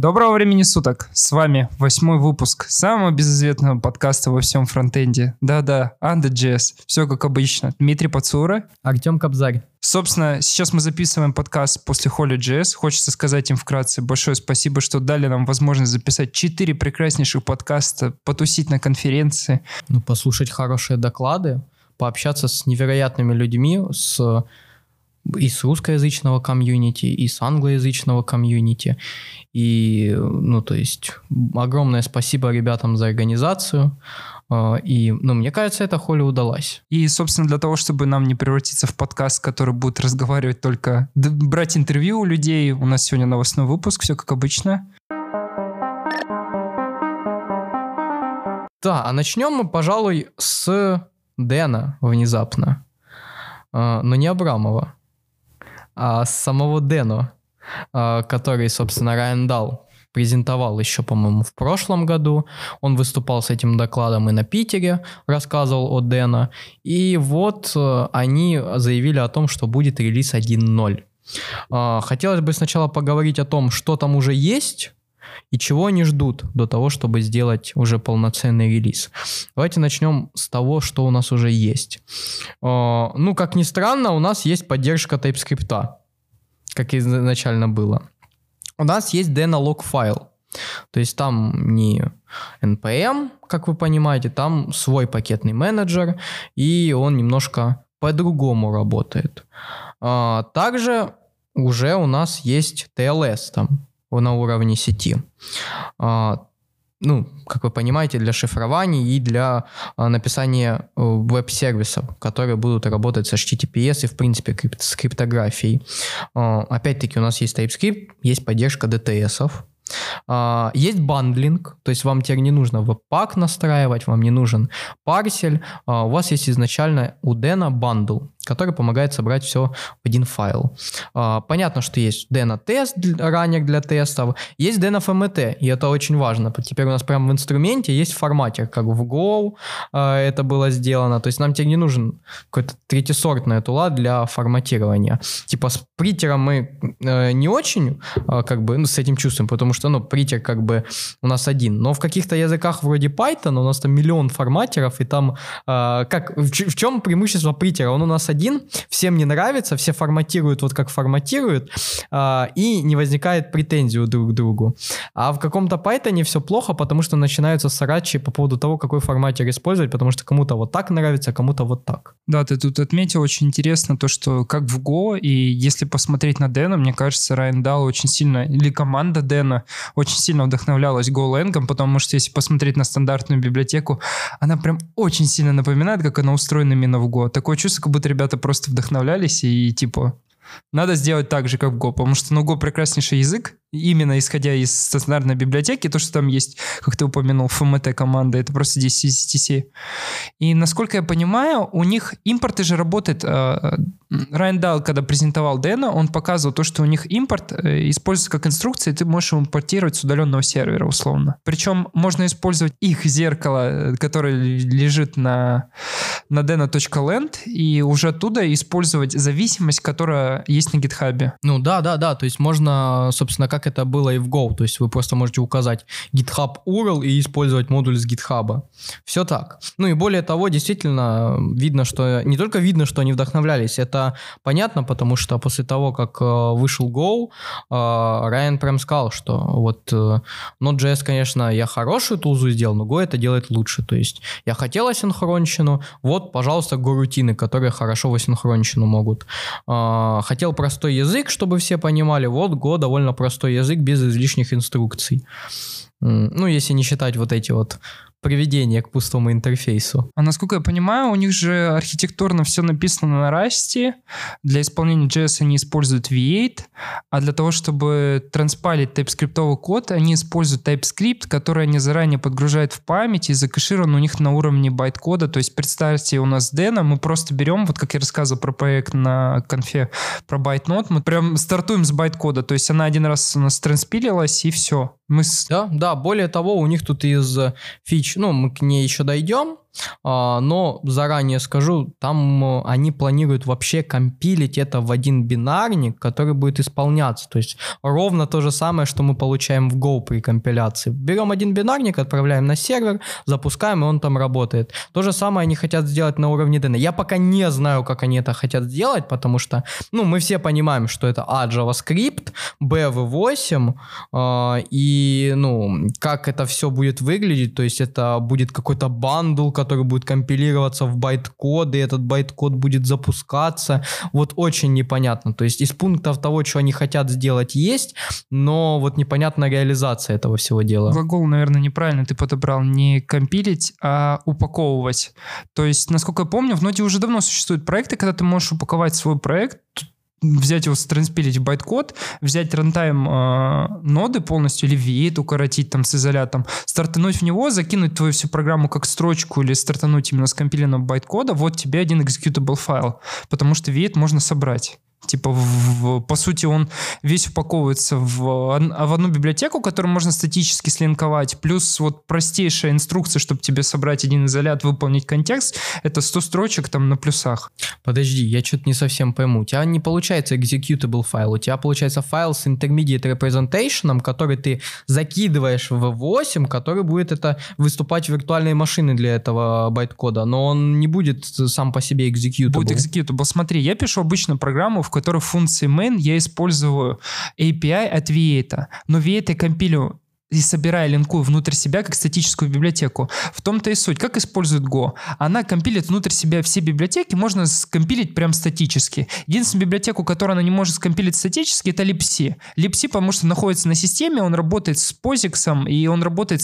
Доброго времени суток, с вами 8-й выпуск самого безызвестного подкаста во всем фронтенде. Да-да, Under.js, все как обычно. Дмитрий Пацура. Артем Кобзарь. Собственно, сейчас мы записываем подкаст после Holy.js. Хочется сказать им вкратце большое спасибо, что дали нам возможность записать 4 прекраснейших подкаста, потусить на конференции. Послушать хорошие доклады, пообщаться с невероятными людьми, и с русскоязычного комьюнити, и с англоязычного комьюнити. И, то есть, огромное спасибо ребятам за организацию. И, мне кажется, эта Холли удалась. И, собственно, для того, чтобы нам не превратиться в подкаст, который будет разговаривать только, брать интервью у людей, у нас сегодня новостной выпуск, все как обычно. Да, а начнем мы, пожалуй, с Дэна внезапно. Но не Абрамова, а с самого Дэна, который, собственно, Райан Дал презентовал еще, по-моему, в прошлом году. Он выступал с этим докладом и на Питере, рассказывал о Дэна. И вот они заявили о том, что будет релиз 1.0. Хотелось бы сначала поговорить о том, что там уже есть и чего они ждут до того, чтобы сделать уже полноценный релиз. Давайте начнем с того, что у нас уже есть. Как ни странно, у нас есть поддержка TypeScript, как изначально было. У нас есть Deno-log файл. То есть там не NPM, как вы понимаете, там свой пакетный менеджер, и он немножко по-другому работает. Также уже у нас есть TLS там на уровне сети. Как вы понимаете, для шифрования и для написания веб-сервисов, которые будут работать с HTTPS и, в принципе, с криптографией. Опять-таки, у нас есть TypeScript, есть поддержка DTS-ов. Есть бандлинг, то есть вам теперь не нужно webpack настраивать, вам не нужен парсель. У вас есть изначально у Deno бандл, который помогает собрать все в один файл. Понятно, что есть Deno тест, раннер для тестов, есть Deno FMT, и это очень важно. Теперь у нас прямо в инструменте есть форматер, как в Go это было сделано. То есть нам теперь не нужен какой-то третьесортная тула для форматирования. Типа с притером мы не очень с этим чувствуем, потому что притер у нас один. Но в каких-то языках вроде Python у нас там миллион форматеров, и там в чем преимущество притера? Он у нас один, всем не нравится, все форматируют вот как форматируют, и не возникает претензий друг к другу. А в каком-то Python все плохо, потому что начинаются срачи по поводу того, какой форматер использовать, потому что кому-то вот так нравится, кому-то вот так. Да, ты тут отметил очень интересно то, что как в Go, и если посмотреть на Дэна, мне кажется, Райан Дал очень сильно, или команда Дэна очень сильно вдохновлялась GoLang, потому что если посмотреть на стандартную библиотеку, она прям очень сильно напоминает, как она устроена именно в Go. Такое чувство, как будто ребята просто вдохновлялись и надо сделать так же, как в Go, потому что Go прекраснейший язык, именно исходя из стандартной библиотеки, то, что там есть, как ты упомянул, FMT команда, это просто 10 из 10. И насколько я понимаю, у них импорты же работают. Райан Дал, когда презентовал Дэна, он показывал то, что у них импорт используется как инструкция, и ты можешь его импортировать с удаленного сервера, условно. Причем можно использовать их зеркало, которое лежит на deno.land, и уже оттуда использовать зависимость, которая есть на GitHub. Да. То есть можно, собственно, как это было и в Go. То есть вы просто можете указать GitHub URL и использовать модуль с GitHub. Все так. И более того, действительно, видно, что не только видно, что они вдохновлялись, это понятно, потому что после того, как вышел Go, Райан прям сказал, что вот Node.js, конечно, я хорошую тулзу сделал, но Go это делает лучше. То есть я хотел асинхронщину, вот, пожалуйста, Go-рутины, которые хорошо в асинхронщину могут. Хотел простой язык, чтобы все понимали, вот Go довольно простой язык без излишних инструкций. Если не считать вот эти вот приведения к пустому интерфейсу. А насколько я понимаю, у них же архитектурно все написано на Rust. Для исполнения JS они используют V8, а для того, чтобы транспайлить TypeScript код, они используют TypeScript, который они заранее подгружают в память и закэширован у них на уровне байт-кода. То есть представьте, у нас Дэна, мы просто берем, вот как я рассказывал про проект на конфе про байт-нод, мы прям стартуем с байт-кода. То есть она один раз у нас транспилилась, и все. Да, более того, у них тут из фич, мы к ней еще дойдем, но заранее скажу, там они планируют вообще компилить это в один бинарник, который будет исполняться. То есть ровно то же самое, что мы получаем в Go при компиляции. Берем один бинарник, отправляем на сервер, запускаем, и он там работает. То же самое они хотят сделать на уровне Deno. Я пока не знаю, как они это хотят сделать, потому что, мы все понимаем, что это JavaScript, B V8, и, как это все будет выглядеть, то есть это будет какой-то бандл, который будет компилироваться в байт-код, и этот байт-код будет запускаться. Вот очень непонятно. То есть из пунктов того, что они хотят сделать, есть, но вот непонятна реализация этого всего дела. Глагол, наверное, неправильно ты подобрал. Не компилить, а упаковывать. То есть, насколько я помню, в Node уже давно существуют проекты, когда ты можешь упаковать свой проект, взять его, транспилить в байт-код, взять рантайм ноды полностью или V8 укоротить там с изолятом, стартануть в него, закинуть твою всю программу как строчку или стартануть именно с компиленного байт-кода, вот тебе один executable файл, потому что V8 можно собрать. Типа, по сути, он весь упаковывается в одну библиотеку, которую можно статически слинковать, плюс вот простейшая инструкция, чтобы тебе собрать один изолят, выполнить контекст, это 100 строчек там на плюсах. Подожди, я что-то не совсем пойму. У тебя не получается executable файл, у тебя получается файл с intermediate representation, который ты закидываешь в V8, который будет выступать виртуальной машиной для этого байт-кода, но он не будет сам по себе executable. Будет executable. Смотри, я пишу обычно программу, в которой в функции main я использую API от V8, но V8 я компилю и собираю, линкую внутрь себя как статическую библиотеку. В том-то и суть. Как использует Go? Она компилит внутрь себя все библиотеки, можно скомпилить прям статически. Единственная библиотека, которую она не может скомпилить статически, это libc. Libc, потому что находится на системе, он работает с POSIX, и он работает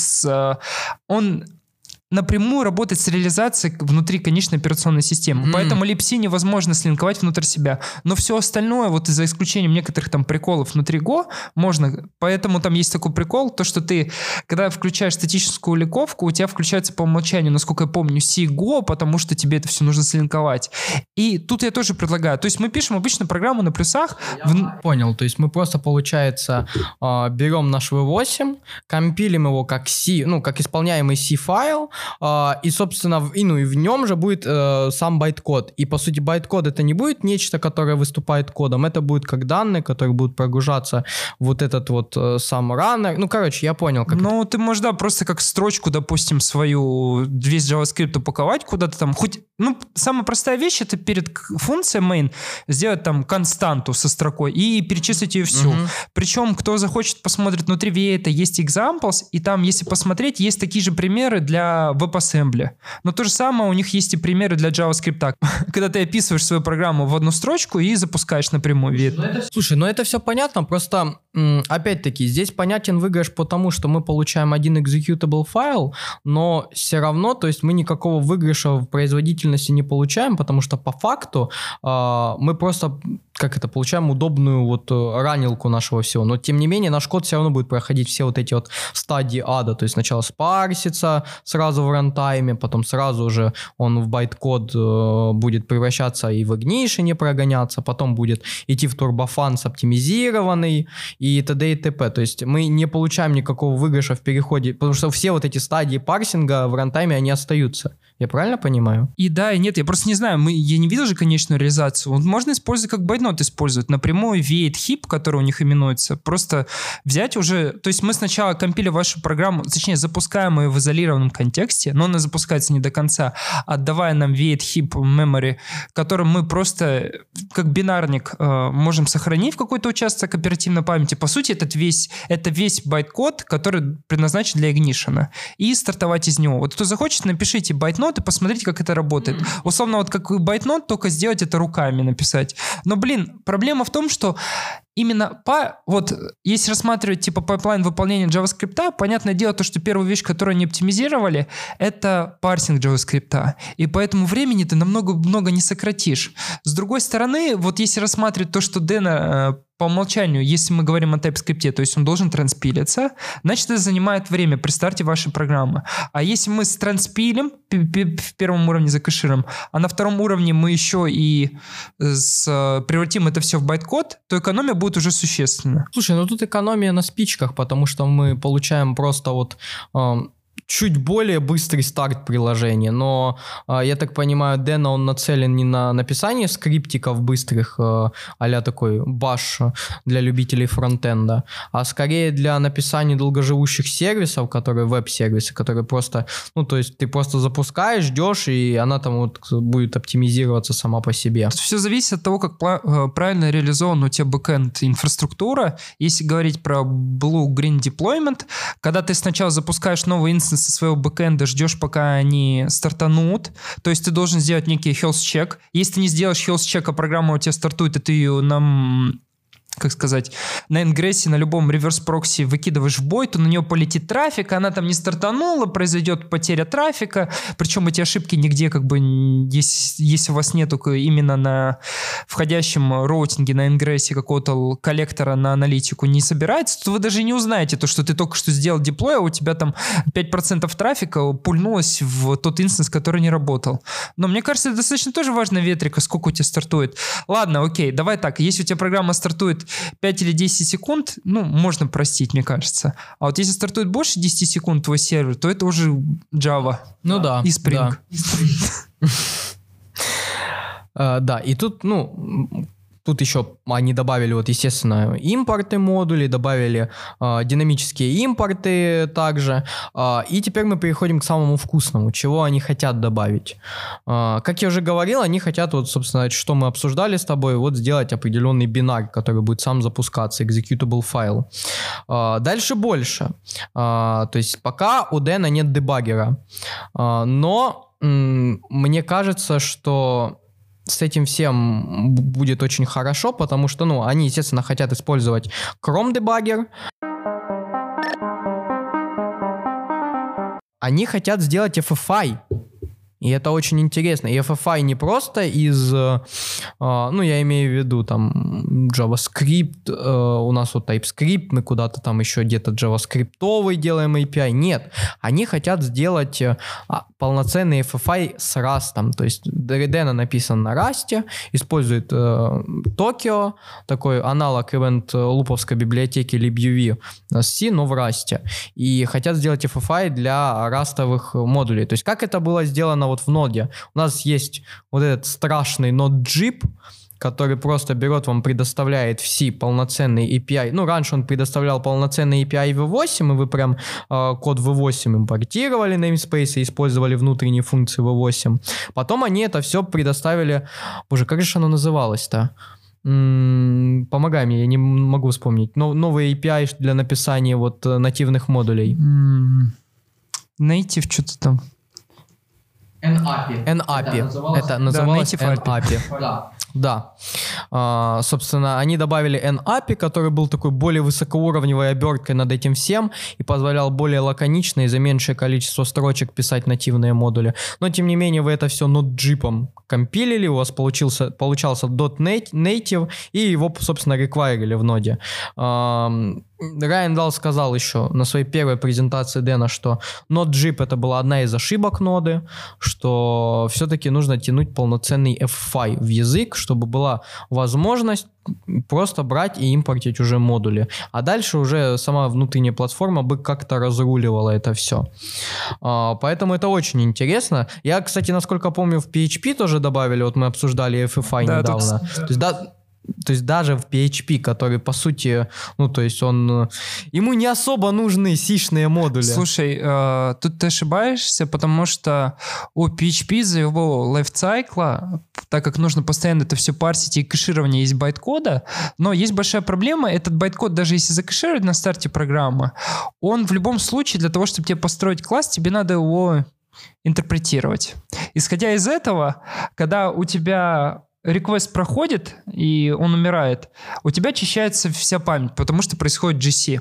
он напрямую работать с реализацией внутри конечной операционной системы. Поэтому libc невозможно слинковать внутрь себя. Но все остальное, вот за исключением некоторых там приколов внутри Go, можно. Поэтому там есть такой прикол, то, что ты, когда включаешь статическую ликовку, у тебя включается по умолчанию, насколько я помню, C-Go, потому что тебе это все нужно слинковать. И тут я тоже предлагаю. То есть мы пишем обычно программу на плюсах. Понял. То есть мы просто, получается, берем наш V8, компилим его как C, как исполняемый C-файл, и, собственно, и в нем же будет сам байт-код. И, по сути, байт-код это не будет нечто, которое выступает кодом, это будет как данные, которые будут прогружаться вот этот вот сам раннер. Я понял. Ты можешь, просто как строчку, допустим, свою весь JavaScript упаковать куда-то там. Самая простая вещь, это перед функцией main сделать там константу со строкой и перечислить ее всю. Причем, кто захочет посмотреть внутри V8, есть examples, и там, если посмотреть, есть такие же примеры для WebAssembly. Но то же самое у них есть и примеры для JavaScript. Когда ты описываешь свою программу в одну строчку и запускаешь напрямую V8. Слушай, это все понятно, просто опять-таки здесь понятен выигрыш потому, что мы получаем один executable файл, но все равно, то есть мы никакого выигрыша в производительности не получаем, потому что по факту мы просто получаем удобную ранилку нашего всего. Но, тем не менее, наш код все равно будет проходить все вот эти стадии ада. То есть сначала спарсится сразу в рантайме, потом сразу же он в байт-код будет превращаться и в Ignition прогоняться, потом будет идти в турбофанс оптимизированный и т.д. и т.п. То есть мы не получаем никакого выигрыша в переходе, потому что все вот эти стадии парсинга в рантайме, они остаются. Я правильно понимаю? И да, и нет, я просто не знаю, я не видел же конечную реализацию. Можно использовать, как байт-нот использовать, напрямую V8 heap, который у них именуется, просто взять уже, то есть мы сначала компилим вашу программу, точнее запускаем ее в изолированном контексте, но она запускается не до конца, отдавая нам V8 heap memory, которым мы просто как бинарник можем сохранить в какой-то участок оперативной памяти. По сути, это весь байт-код, который предназначен для Ignition, и стартовать из него. Вот кто захочет, напишите байт-нот и посмотрите, как это работает. Условно, как байт-нот, только сделать это руками написать. Но, проблема в том, что именно если рассматривать пайплайн выполнения JavaScript, понятное дело, то, что первая вещь, которую они оптимизировали, это парсинг JavaScript. И поэтому времени ты намного не сократишь. С другой стороны, если рассматривать то, что Deno по умолчанию, если мы говорим о TypeScript, то есть он должен транспилиться, значит, это занимает время при старте вашей программы. А если мы транспилим, в первом уровне закэшируем, а на втором уровне мы еще и превратим это все в байт-код, то экономия будет уже существенна. Слушай, тут экономия на спичках, потому что мы получаем просто чуть более быстрый старт приложения, но, я так понимаю, Deno, он нацелен не на написание скриптиков быстрых, а-ля такой баш для любителей фронтенда, а скорее для написания долгоживущих сервисов, которые веб-сервисы, которые просто, ну, то есть ты просто запускаешь, ждешь, и она там вот будет оптимизироваться сама по себе. Все зависит от того, как правильно реализована у тебя бэкэнд инфраструктура. Если говорить про Blue-Green Deployment, когда ты сначала запускаешь новый инстанс со своего бэкэнда, ждешь, пока они стартанут, то есть ты должен сделать некий health check. Если ты не сделаешь health check, а программа у тебя стартует, и ты ее как сказать, на ингрессе, на любом реверс-прокси выкидываешь в бой, то на нее полетит трафик, она там не стартанула, произойдет потеря трафика, причем эти ошибки нигде как бы, если у вас нету именно на входящем роутинге, на ингрессе какого-то коллектора на аналитику не собирается, то вы даже не узнаете то, что ты только что сделал деплой, а у тебя там 5% трафика пульнулось в тот инстанс, который не работал. Но мне кажется, это достаточно тоже важная ветрика, сколько у тебя стартует. Ладно, окей, давай так, если у тебя программа стартует 5 или 10 секунд, ну, можно простить, мне кажется. А вот если стартует больше 10 секунд твой сервер, то это уже Java. Ну да. И Spring. Да, и тут, ну, тут еще они добавили, вот, естественно, импорты модулей, добавили динамические импорты также. И теперь мы переходим к самому вкусному, чего они хотят добавить. Как я уже говорил, они хотят, вот, собственно, что мы обсуждали с тобой, вот сделать определенный бинар, который будет сам запускаться, executable файл. Дальше больше. То есть пока у Deno нет дебаггера. Но мне кажется, что с этим всем будет очень хорошо, потому что, ну, они, естественно, хотят использовать Chrome дебаггер. Они хотят сделать FFI. И это очень интересно. И FFI не просто из, ну, я имею в виду там JavaScript, у нас вот TypeScript, мы куда-то там еще где-то JavaScript-овый делаем API. Нет, они хотят сделать полноценный FFI с Rust. То есть Deno написан на Rust, использует Tokio, такой аналог event-луповской библиотеки libuv с C, но в Rust. И хотят сделать FFI для растовых модулей. То есть как это было сделано вот в ноде. У нас есть вот этот страшный Node.jib, который просто берет вам, предоставляет в C полноценный API. Ну, раньше он предоставлял полноценный API V8, и вы прям код V8 импортировали, namespace, и использовали внутренние функции V8. Потом они это все предоставили... Боже, как же оно называлось-то? Помогай мне, я не могу вспомнить. Новый API для написания вот нативных модулей. Native что-то там. NAPI. Это называлось NAPI. Да. Собственно, они добавили NAPI, который был такой более высокоуровневой оберткой над этим всем и позволял более лаконично и за меньшее количество строчек писать нативные модули. Но, тем не менее, вы это все Node.jib компилили, у вас получался .native, и его, собственно, реквайрили в ноде. Райан Далл сказал еще на своей первой презентации Deno, что Node.jib это была одна из ошибок ноды, что все-таки нужно тянуть полноценный FFI в язык, чтобы была возможность просто брать и импортить уже модули. А дальше уже сама внутренняя платформа бы как-то разруливала это все. Поэтому это очень интересно. Я, кстати, насколько помню, в PHP тоже добавили, вот мы обсуждали FFI недавно. То есть даже в PHP, который, по сути, ну, то есть ему не особо нужны сишные модули. Слушай, тут ты ошибаешься, потому что у PHP за его лайфцайкла, так как нужно постоянно это все парсить, и кэширование есть байткода, но есть большая проблема, этот байткод, даже если закэшировать на старте программы, он в любом случае, для того, чтобы тебе построить класс, тебе надо его интерпретировать. Исходя из этого, когда у тебя реквест проходит, и он умирает, у тебя очищается вся память, потому что происходит GC.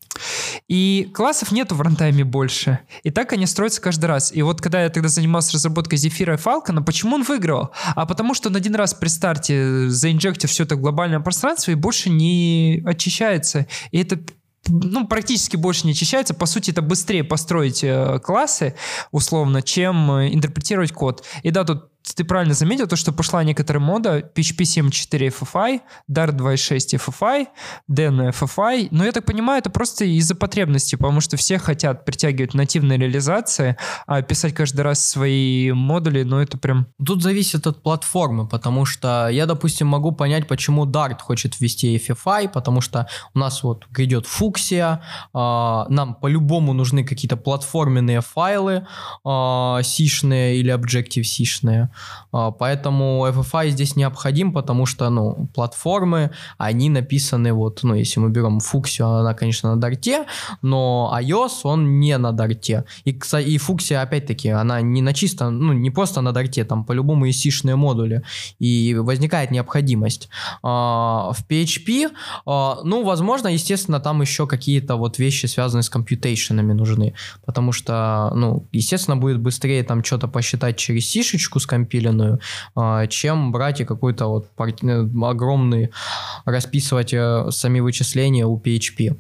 И классов нету в рантайме больше. И так они строятся каждый раз. И вот когда я тогда занимался разработкой Zephyr и Falcon, почему он выигрывал? А потому что он один раз при старте заинжектил все это в глобальное пространство и больше не очищается. И это практически больше не очищается. По сути, это быстрее построить классы, условно, чем интерпретировать код. И да, тут ты правильно заметил, то, что пошла некоторая мода PHP 7.4 FFI, Dart 2.6 FFI, Den FFI, но я так понимаю, это просто из-за потребности, потому что все хотят притягивать нативные реализации, а писать каждый раз свои модули, ну это прям... Тут зависит от платформы, потому что я, допустим, могу понять, почему Dart хочет ввести FFI, потому что у нас вот грядет Fuchsia, нам по-любому нужны какие-то платформенные файлы C-шные или Objective-C-шные, поэтому FFI здесь необходим, потому что, ну, платформы, они написаны вот, ну, если мы берем Fuchsia, она, конечно, на Dart, но iOS, он не на Dart. И Fuchsia, опять-таки, она не на чисто, ну, не просто на Dart, там по-любому и C-шные модули, и возникает необходимость. В PHP, ну, возможно, естественно, там еще какие-то вот вещи, связанные с компьютейшенами, нужны, потому что, ну, естественно, будет быстрее там что-то посчитать через C-шечку скомпиленную, чем брать и какой-то вот огромный, расписывать сами вычисления у PHP.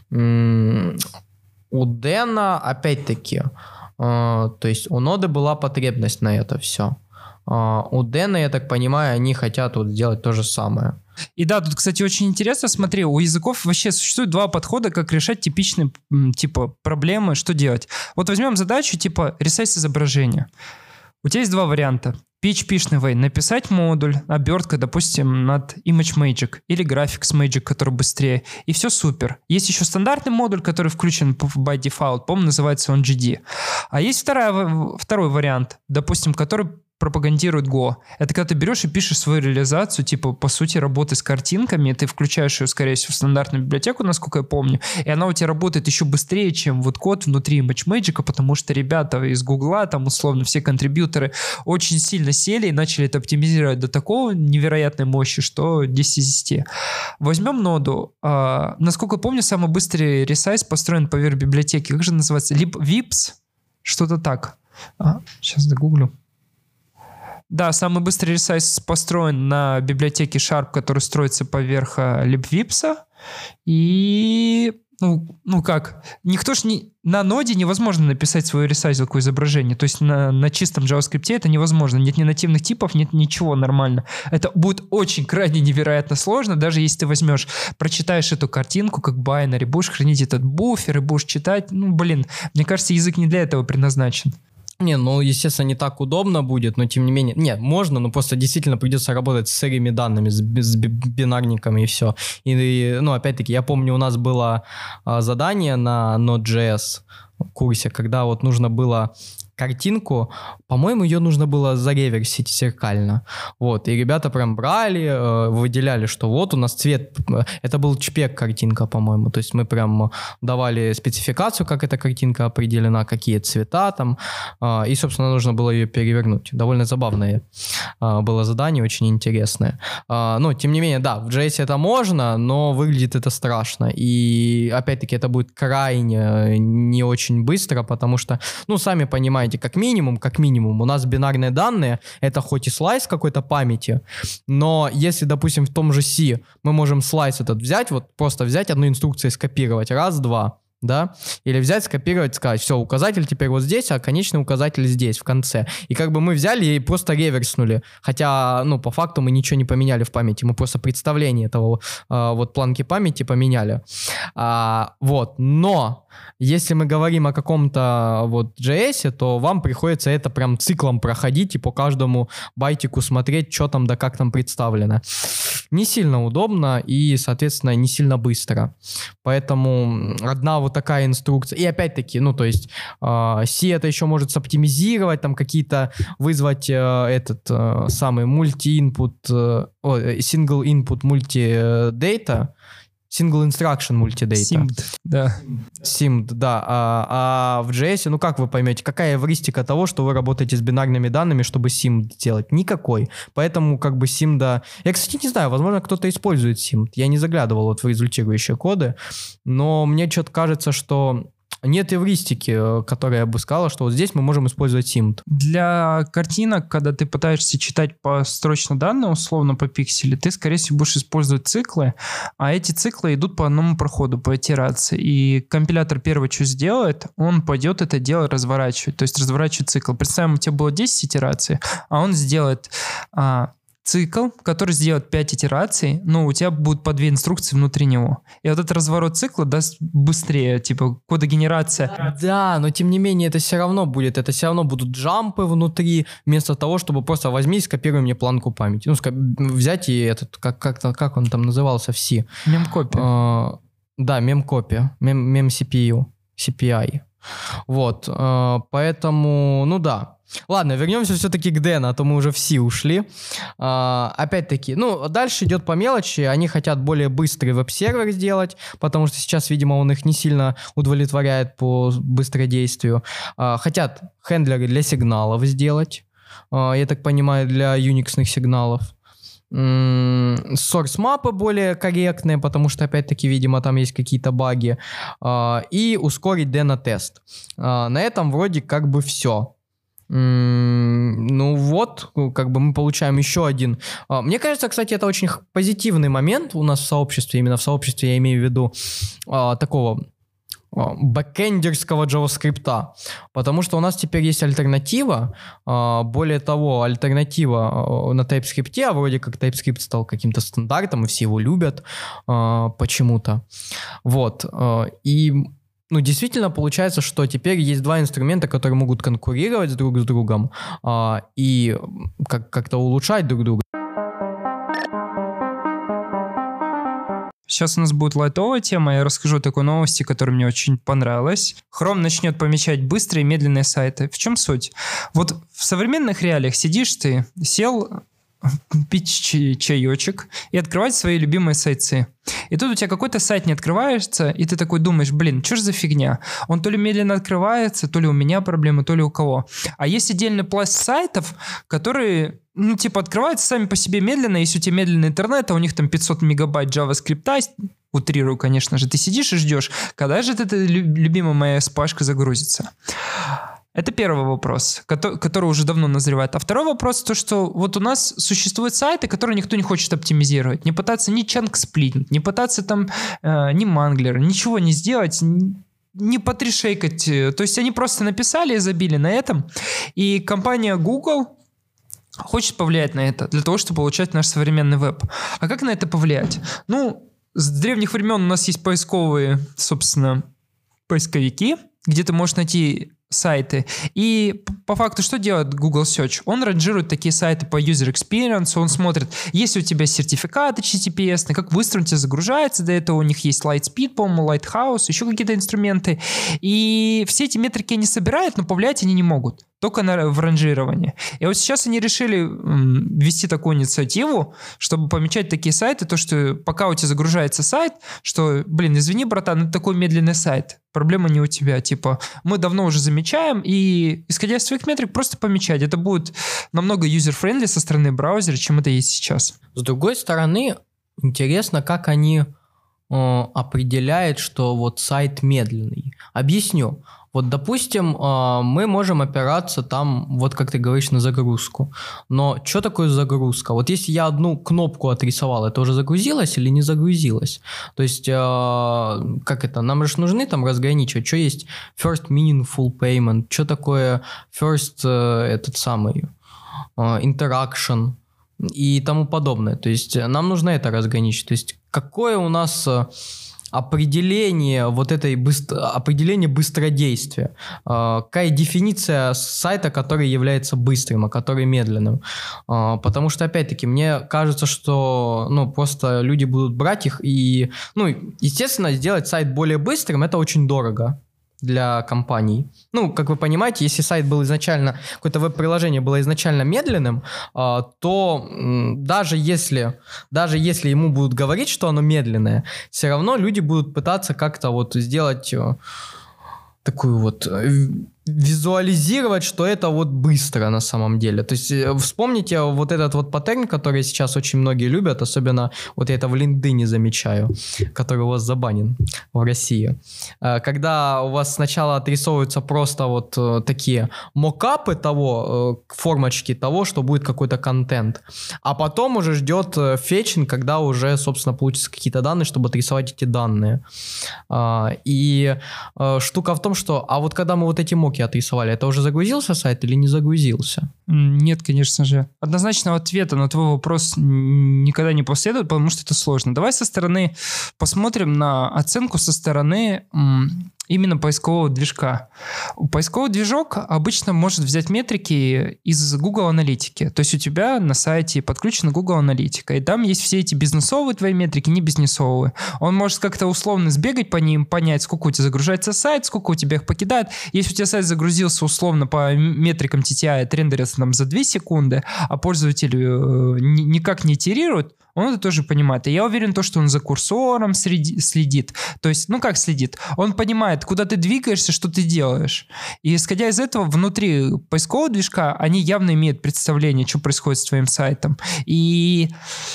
У Дэна, опять-таки, то есть у ноды была потребность на это все. У Дэна, я так понимаю, они хотят вот сделать то же самое. И да, тут, кстати, очень интересно, смотри, у языков вообще существует два подхода, как решать типичные, типа, проблемы, что делать. Вот возьмем задачу, типа, ресайз изображения. У тебя есть два варианта. PHP-шный way. Написать модуль, обертка, допустим, над ImageMagick или Graphics Magic, который быстрее. И все супер. Есть еще стандартный модуль, который включен by default. По-моему, называется он GD. А есть второй вариант, допустим, который пропагандирует Go. Это когда ты берешь и пишешь свою реализацию, типа, по сути, работы с картинками, ты включаешь ее, скорее всего, в стандартную библиотеку, насколько я помню, и она у тебя работает еще быстрее, чем вот код внутри ImageMagick, потому что ребята из Гугла, там, условно, все контрибьюторы очень сильно сели и начали это оптимизировать до такого невероятной мощи, что 10 из 10. Возьмем ноду. Насколько я помню, самый быстрый ресайз построен поверх библиотеки. Как же называется? libvips? Что-то так. Сейчас загуглю. Да, самый быстрый ресайз построен на библиотеке Sharp, который строится поверх libvips. И, ну как, никто ж не... На ноде невозможно написать свою ресайзилку изображения. То есть на чистом JavaScript это невозможно. Нет ни нативных типов, нет ничего нормально. Это будет очень крайне невероятно сложно, даже если ты возьмешь, прочитаешь эту картинку как binary, будешь хранить этот буфер и будешь читать. Ну, блин, мне кажется, язык не для этого предназначен. Не, ну, естественно, не так удобно будет, но тем не менее... Нет, можно, но просто действительно придется работать с сырыми данными, с бинарниками и все. И, ну, опять-таки, я помню, у нас было задание на Node.js курсе, когда вот нужно было картинку, по-моему, ее нужно было зареверсить зеркально. Вот, и ребята прям брали, выделяли, что вот у нас цвет, это был чпек картинка, по-моему, то есть мы прям давали спецификацию, как эта картинка определена, какие цвета там, и, собственно, нужно было ее перевернуть. Довольно забавное было задание, очень интересное. Но, тем не менее, да, в JS это можно, но выглядит это страшно, и, опять-таки, это будет крайне не очень быстро, потому что, ну, сами понимаете, как минимум, у нас бинарные данные, это хоть и слайс какой-то памяти, но если, допустим, в том же C мы можем слайс этот взять, вот просто взять одну инструкцию и скопировать, раз, два, да, или взять, скопировать, сказать, все, указатель теперь вот здесь, а конечный указатель здесь, в конце. И как бы мы взяли и просто реверснули, хотя, ну, по факту мы ничего не поменяли в памяти, мы просто представление этого вот планки памяти поменяли. Вот, но если мы говорим о каком-то вот JS, то вам приходится это прям циклом проходить и по каждому байтику смотреть, что там да как там представлено. Не сильно удобно и, соответственно, не сильно быстро. Поэтому одна вот такая инструкция. И опять-таки, ну, то есть C это еще может соптимизировать, там какие-то вызвать этот самый multi-input, single input multi-data, Single Instruction Multidata. SIMD, да. SIMD, да. А в JS, ну как вы поймете, какая эвристика того, что вы работаете с бинарными данными, чтобы SIMD делать? Никакой. Поэтому как бы SIMD... Я, кстати, не знаю, возможно, кто-то использует SIMD. Я не заглядывал вот в результирующие коды, но мне что-то кажется, что нет эвристики, которая бы сказала, что вот здесь мы можем использовать симт. Для картинок, когда ты пытаешься читать построчно данные, условно по пикселю, ты, скорее всего, будешь использовать циклы, а эти циклы идут по одному проходу, по итерации. И компилятор первое, что сделает, он пойдет это дело разворачивать, то есть разворачивать цикл. Представим, у тебя было 10 итераций, а он сделает цикл, который сделает 5 итераций, но у тебя будут по 2 инструкции внутри него. И вот этот разворот цикла даст быстрее, типа кодогенерация. Да, но тем не менее это все равно будет, это все равно будут джампы внутри, вместо того, чтобы просто возьми и скопируй мне планку памяти. Ну, взять и этот, как он там назывался в C? Мемкопия. Да, мемкопия, мем-CPU, CPI. Вот, поэтому, ну да. Ладно, вернемся все-таки к Дэну, а то мы уже все ушли. Опять-таки, ну, дальше идет по мелочи. Они хотят более быстрый веб-сервер сделать, потому что сейчас, видимо, он их не сильно удовлетворяет по быстродействию. Хотят хендлеры для сигналов сделать, я так понимаю, для юниксных сигналов. Source-мапы более корректные, потому что, опять-таки, видимо, там есть какие-то баги. И ускорить Дэна-тест. На этом вроде как бы все. Ну вот, как бы мы получаем еще один. Мне кажется, кстати, это очень позитивный момент у нас в сообществе. Именно в сообществе я имею в виду такого бэкэндерского JavaScript, потому что у нас теперь есть альтернатива, более того, альтернатива на TypeScript, а вроде как TypeScript стал каким-то стандартом, и все его любят почему-то. Вот, и ну, действительно получается, что теперь есть два инструмента, которые могут конкурировать друг с другом и как-то улучшать друг друга. Сейчас у нас будет лайтовая тема, я расскажу такой новости, которая мне очень понравилась. Chrome начнет помечать быстрые и медленные сайты. В чем суть? Вот в современных реалиях сел пить чаечек и открывать свои любимые сайты. И тут у тебя какой-то сайт не открывается, и ты такой думаешь, блин, что ж за фигня? Он то ли медленно открывается, то ли у меня проблемы, то ли у кого. А есть отдельный пласт сайтов, которые, ну, типа, открываются сами по себе медленно. Если у тебя медленный интернет, а у них там 500 мегабайт JavaScript, утрирую, конечно же, ты сидишь и ждешь, когда же эта любимая моя спашка загрузится. Это первый вопрос, который уже давно назревает. А второй вопрос, то, что вот у нас существуют сайты, которые никто не хочет оптимизировать. Не пытаться ни чанк-сплитнуть, не пытаться там ни манглер, ничего не сделать, не потрешейкать. То есть они просто написали и забили на этом. И компания Google хочет повлиять на это, для того, чтобы получать наш современный веб. А как на это повлиять? Ну, с древних времен у нас есть поисковые, собственно, поисковики, где ты можешь найти сайты. И по факту что делает Google Search? Он ранжирует такие сайты по user experience, он смотрит, есть ли у тебя сертификаты HTTPS, как быстро он тебя загружается, до этого у них есть Lightspeed, по-моему, Lighthouse, еще какие-то инструменты. И все эти метрики они собирают, но повлиять они не могут. Только в ранжировании. И вот сейчас они решили ввести такую инициативу, чтобы помечать такие сайты, то, что пока у тебя загружается сайт, что, блин, извини, братан, это такой медленный сайт. Проблема не у тебя. Типа, мы давно уже замечаем, и, исходя из своих метрик, просто помечать. Это будет намного юзер-френдли со стороны браузера, чем это есть сейчас. С другой стороны, интересно, как они определяют, что вот сайт медленный. Объясню. Вот, допустим, мы можем опираться там, вот как ты говоришь, на загрузку. Но что такое загрузка? Вот если я одну кнопку отрисовал, это уже загрузилось или не загрузилось? То есть, как это? Нам же нужны там разграничивать, что есть first meaningful payment, что такое first interaction и тому подобное. То есть, нам нужно это разграничить. То есть, какое у нас определение вот этой определение быстродействия. Какая дефиниция сайта, который является быстрым, а который медленным? Потому что, опять-таки, мне кажется, что просто люди будут брать их и, естественно, сделать сайт более быстрым, это очень дорого для компаний. Как вы понимаете, если сайт был изначально, какое-то веб-приложение было изначально медленным, то даже если ему будут говорить, что оно медленное, все равно люди будут пытаться как-то вот сделать такую вот визуализировать, что это вот быстро на самом деле. То есть вспомните вот этот вот паттерн, который сейчас очень многие любят, особенно вот я это в LinkedIn замечаю, который у вас забанен в России. Когда у вас сначала отрисовываются просто вот такие мокапы того, формочки того, что будет какой-то контент, а потом уже ждет фетчинг, когда уже, собственно, получатся какие-то данные, чтобы отрисовать эти данные. И штука в том, что, а вот когда мы вот эти моки отрисовали, это уже загрузился сайт или не загрузился? Нет, конечно же. Однозначного ответа на твой вопрос никогда не последует, потому что это сложно. Давай со стороны посмотрим на оценку со стороны именно поискового движка. Поисковый движок обычно может взять метрики из Google Аналитики. То есть у тебя на сайте подключена Google Аналитика, и там есть все эти бизнесовые твои метрики, не бизнесовые. Он может как-то условно сбегать по ним, понять, сколько у тебя загружается сайт, сколько у тебя их покидает. Если у тебя сайт загрузился условно по метрикам TTI, отрендерился там за 2 секунды, а пользователь никак не итерирует, он это тоже понимает. И я уверен, что он за курсором следит. То есть, как следит? Он понимает, куда ты двигаешься, что ты делаешь. И исходя из этого, внутри поискового движка они явно имеют представление, что происходит с твоим сайтом. И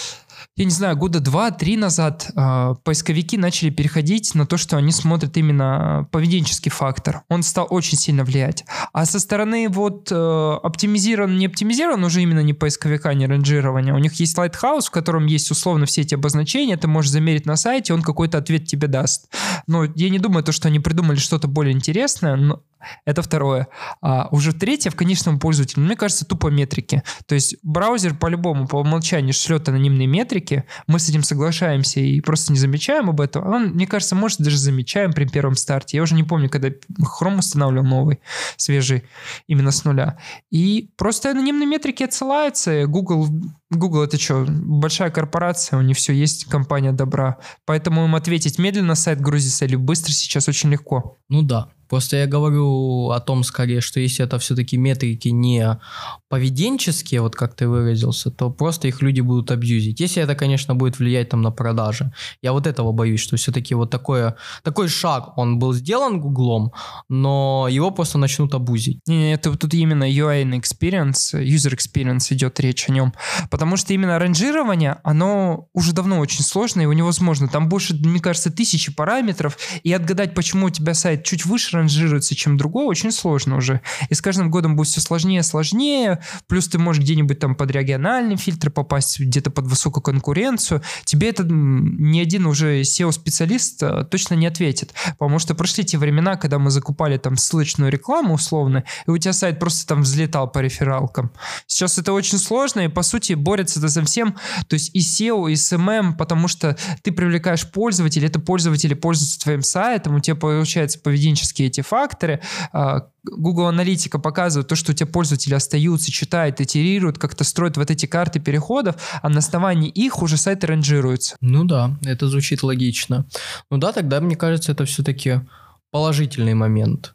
я не знаю, года 2-3 назад поисковики начали переходить на то, что они смотрят именно поведенческий фактор. Он стал очень сильно влиять. А со стороны оптимизирован, не оптимизирован, уже именно не поисковика, не ранжирования. У них есть Lighthouse, в котором есть условно все эти обозначения, ты можешь замерить на сайте, он какой-то ответ тебе даст. Но я не думаю, что они придумали что-то более интересное, но это второе. А уже третье, в конечном пользователе, мне кажется, тупо метрики. То есть браузер по-любому, по умолчанию шлет анонимные метрики, мы с этим соглашаемся и просто не замечаем об этом. Он, мне кажется, может, даже замечаем при первом старте. Я уже не помню, когда Chrome устанавливал новый, свежий, именно с нуля. И просто анонимные метрики отсылаются. Google это что, большая корпорация, у них все есть, компания добра. Поэтому им ответить, медленно сайт грузится или быстро, сейчас очень легко. Ну да. Просто я говорю о том, скорее, что если это все-таки метрики не поведенческие, вот как ты выразился, то просто их люди будут абьюзить. Если это, конечно, будет влиять там на продажи. Я вот этого боюсь, что все-таки вот такой шаг, он был сделан Гуглом, но его просто начнут абузить. Не, это тут именно UI experience, user experience идет речь о нем. Потому что именно ранжирование, оно уже давно очень сложное, его невозможно. Там больше, мне кажется, 1000 параметров, и отгадать, почему у тебя сайт чуть выше ранжируется, чем другой, очень сложно уже. И с каждым годом будет все сложнее и сложнее. Плюс ты можешь где-нибудь там под региональный фильтр попасть, где-то под высокую конкуренцию. Тебе это ни один уже SEO-специалист точно не ответит. Потому что прошли те времена, когда мы закупали там ссылочную рекламу условно, и у тебя сайт просто там взлетал по рефералкам. Сейчас это очень сложно, и по сути борется это со всем. То есть и SEO, и SMM, потому что ты привлекаешь пользователей, это пользователи пользуются твоим сайтом, у тебя получается поведенческие эти факторы. Google Аналитика показывает то, что у тебя пользователи остаются, читают, итерируют, как-то строят вот эти карты переходов, а на основании их уже сайты ранжируются. Ну да, это звучит логично. Ну да, тогда, мне кажется, это все-таки положительный момент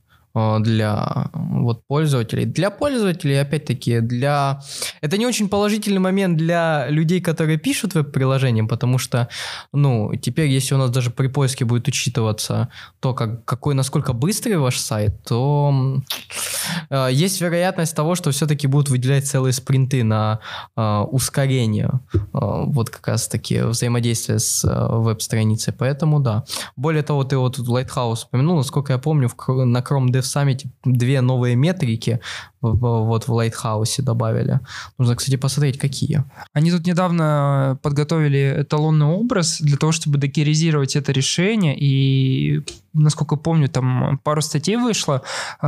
для пользователей. Для пользователей, опять-таки, это не очень положительный момент для людей, которые пишут веб-приложение, потому что, теперь, если у нас даже при поиске будет учитываться то, насколько быстрый ваш сайт, то есть вероятность того, что все-таки будут выделять целые спринты на ускорение вот как раз-таки взаимодействия с веб-страницей. Поэтому да. Более того, ты вот Lighthouse упомянул, насколько я помню, на Chrome Dev Summit 2 новые метрики вот в Lighthouse добавили. Нужно, кстати, посмотреть, какие. Они тут недавно подготовили эталонный образ для того, чтобы докеризировать это решение, и, насколько помню, там пару статей вышло,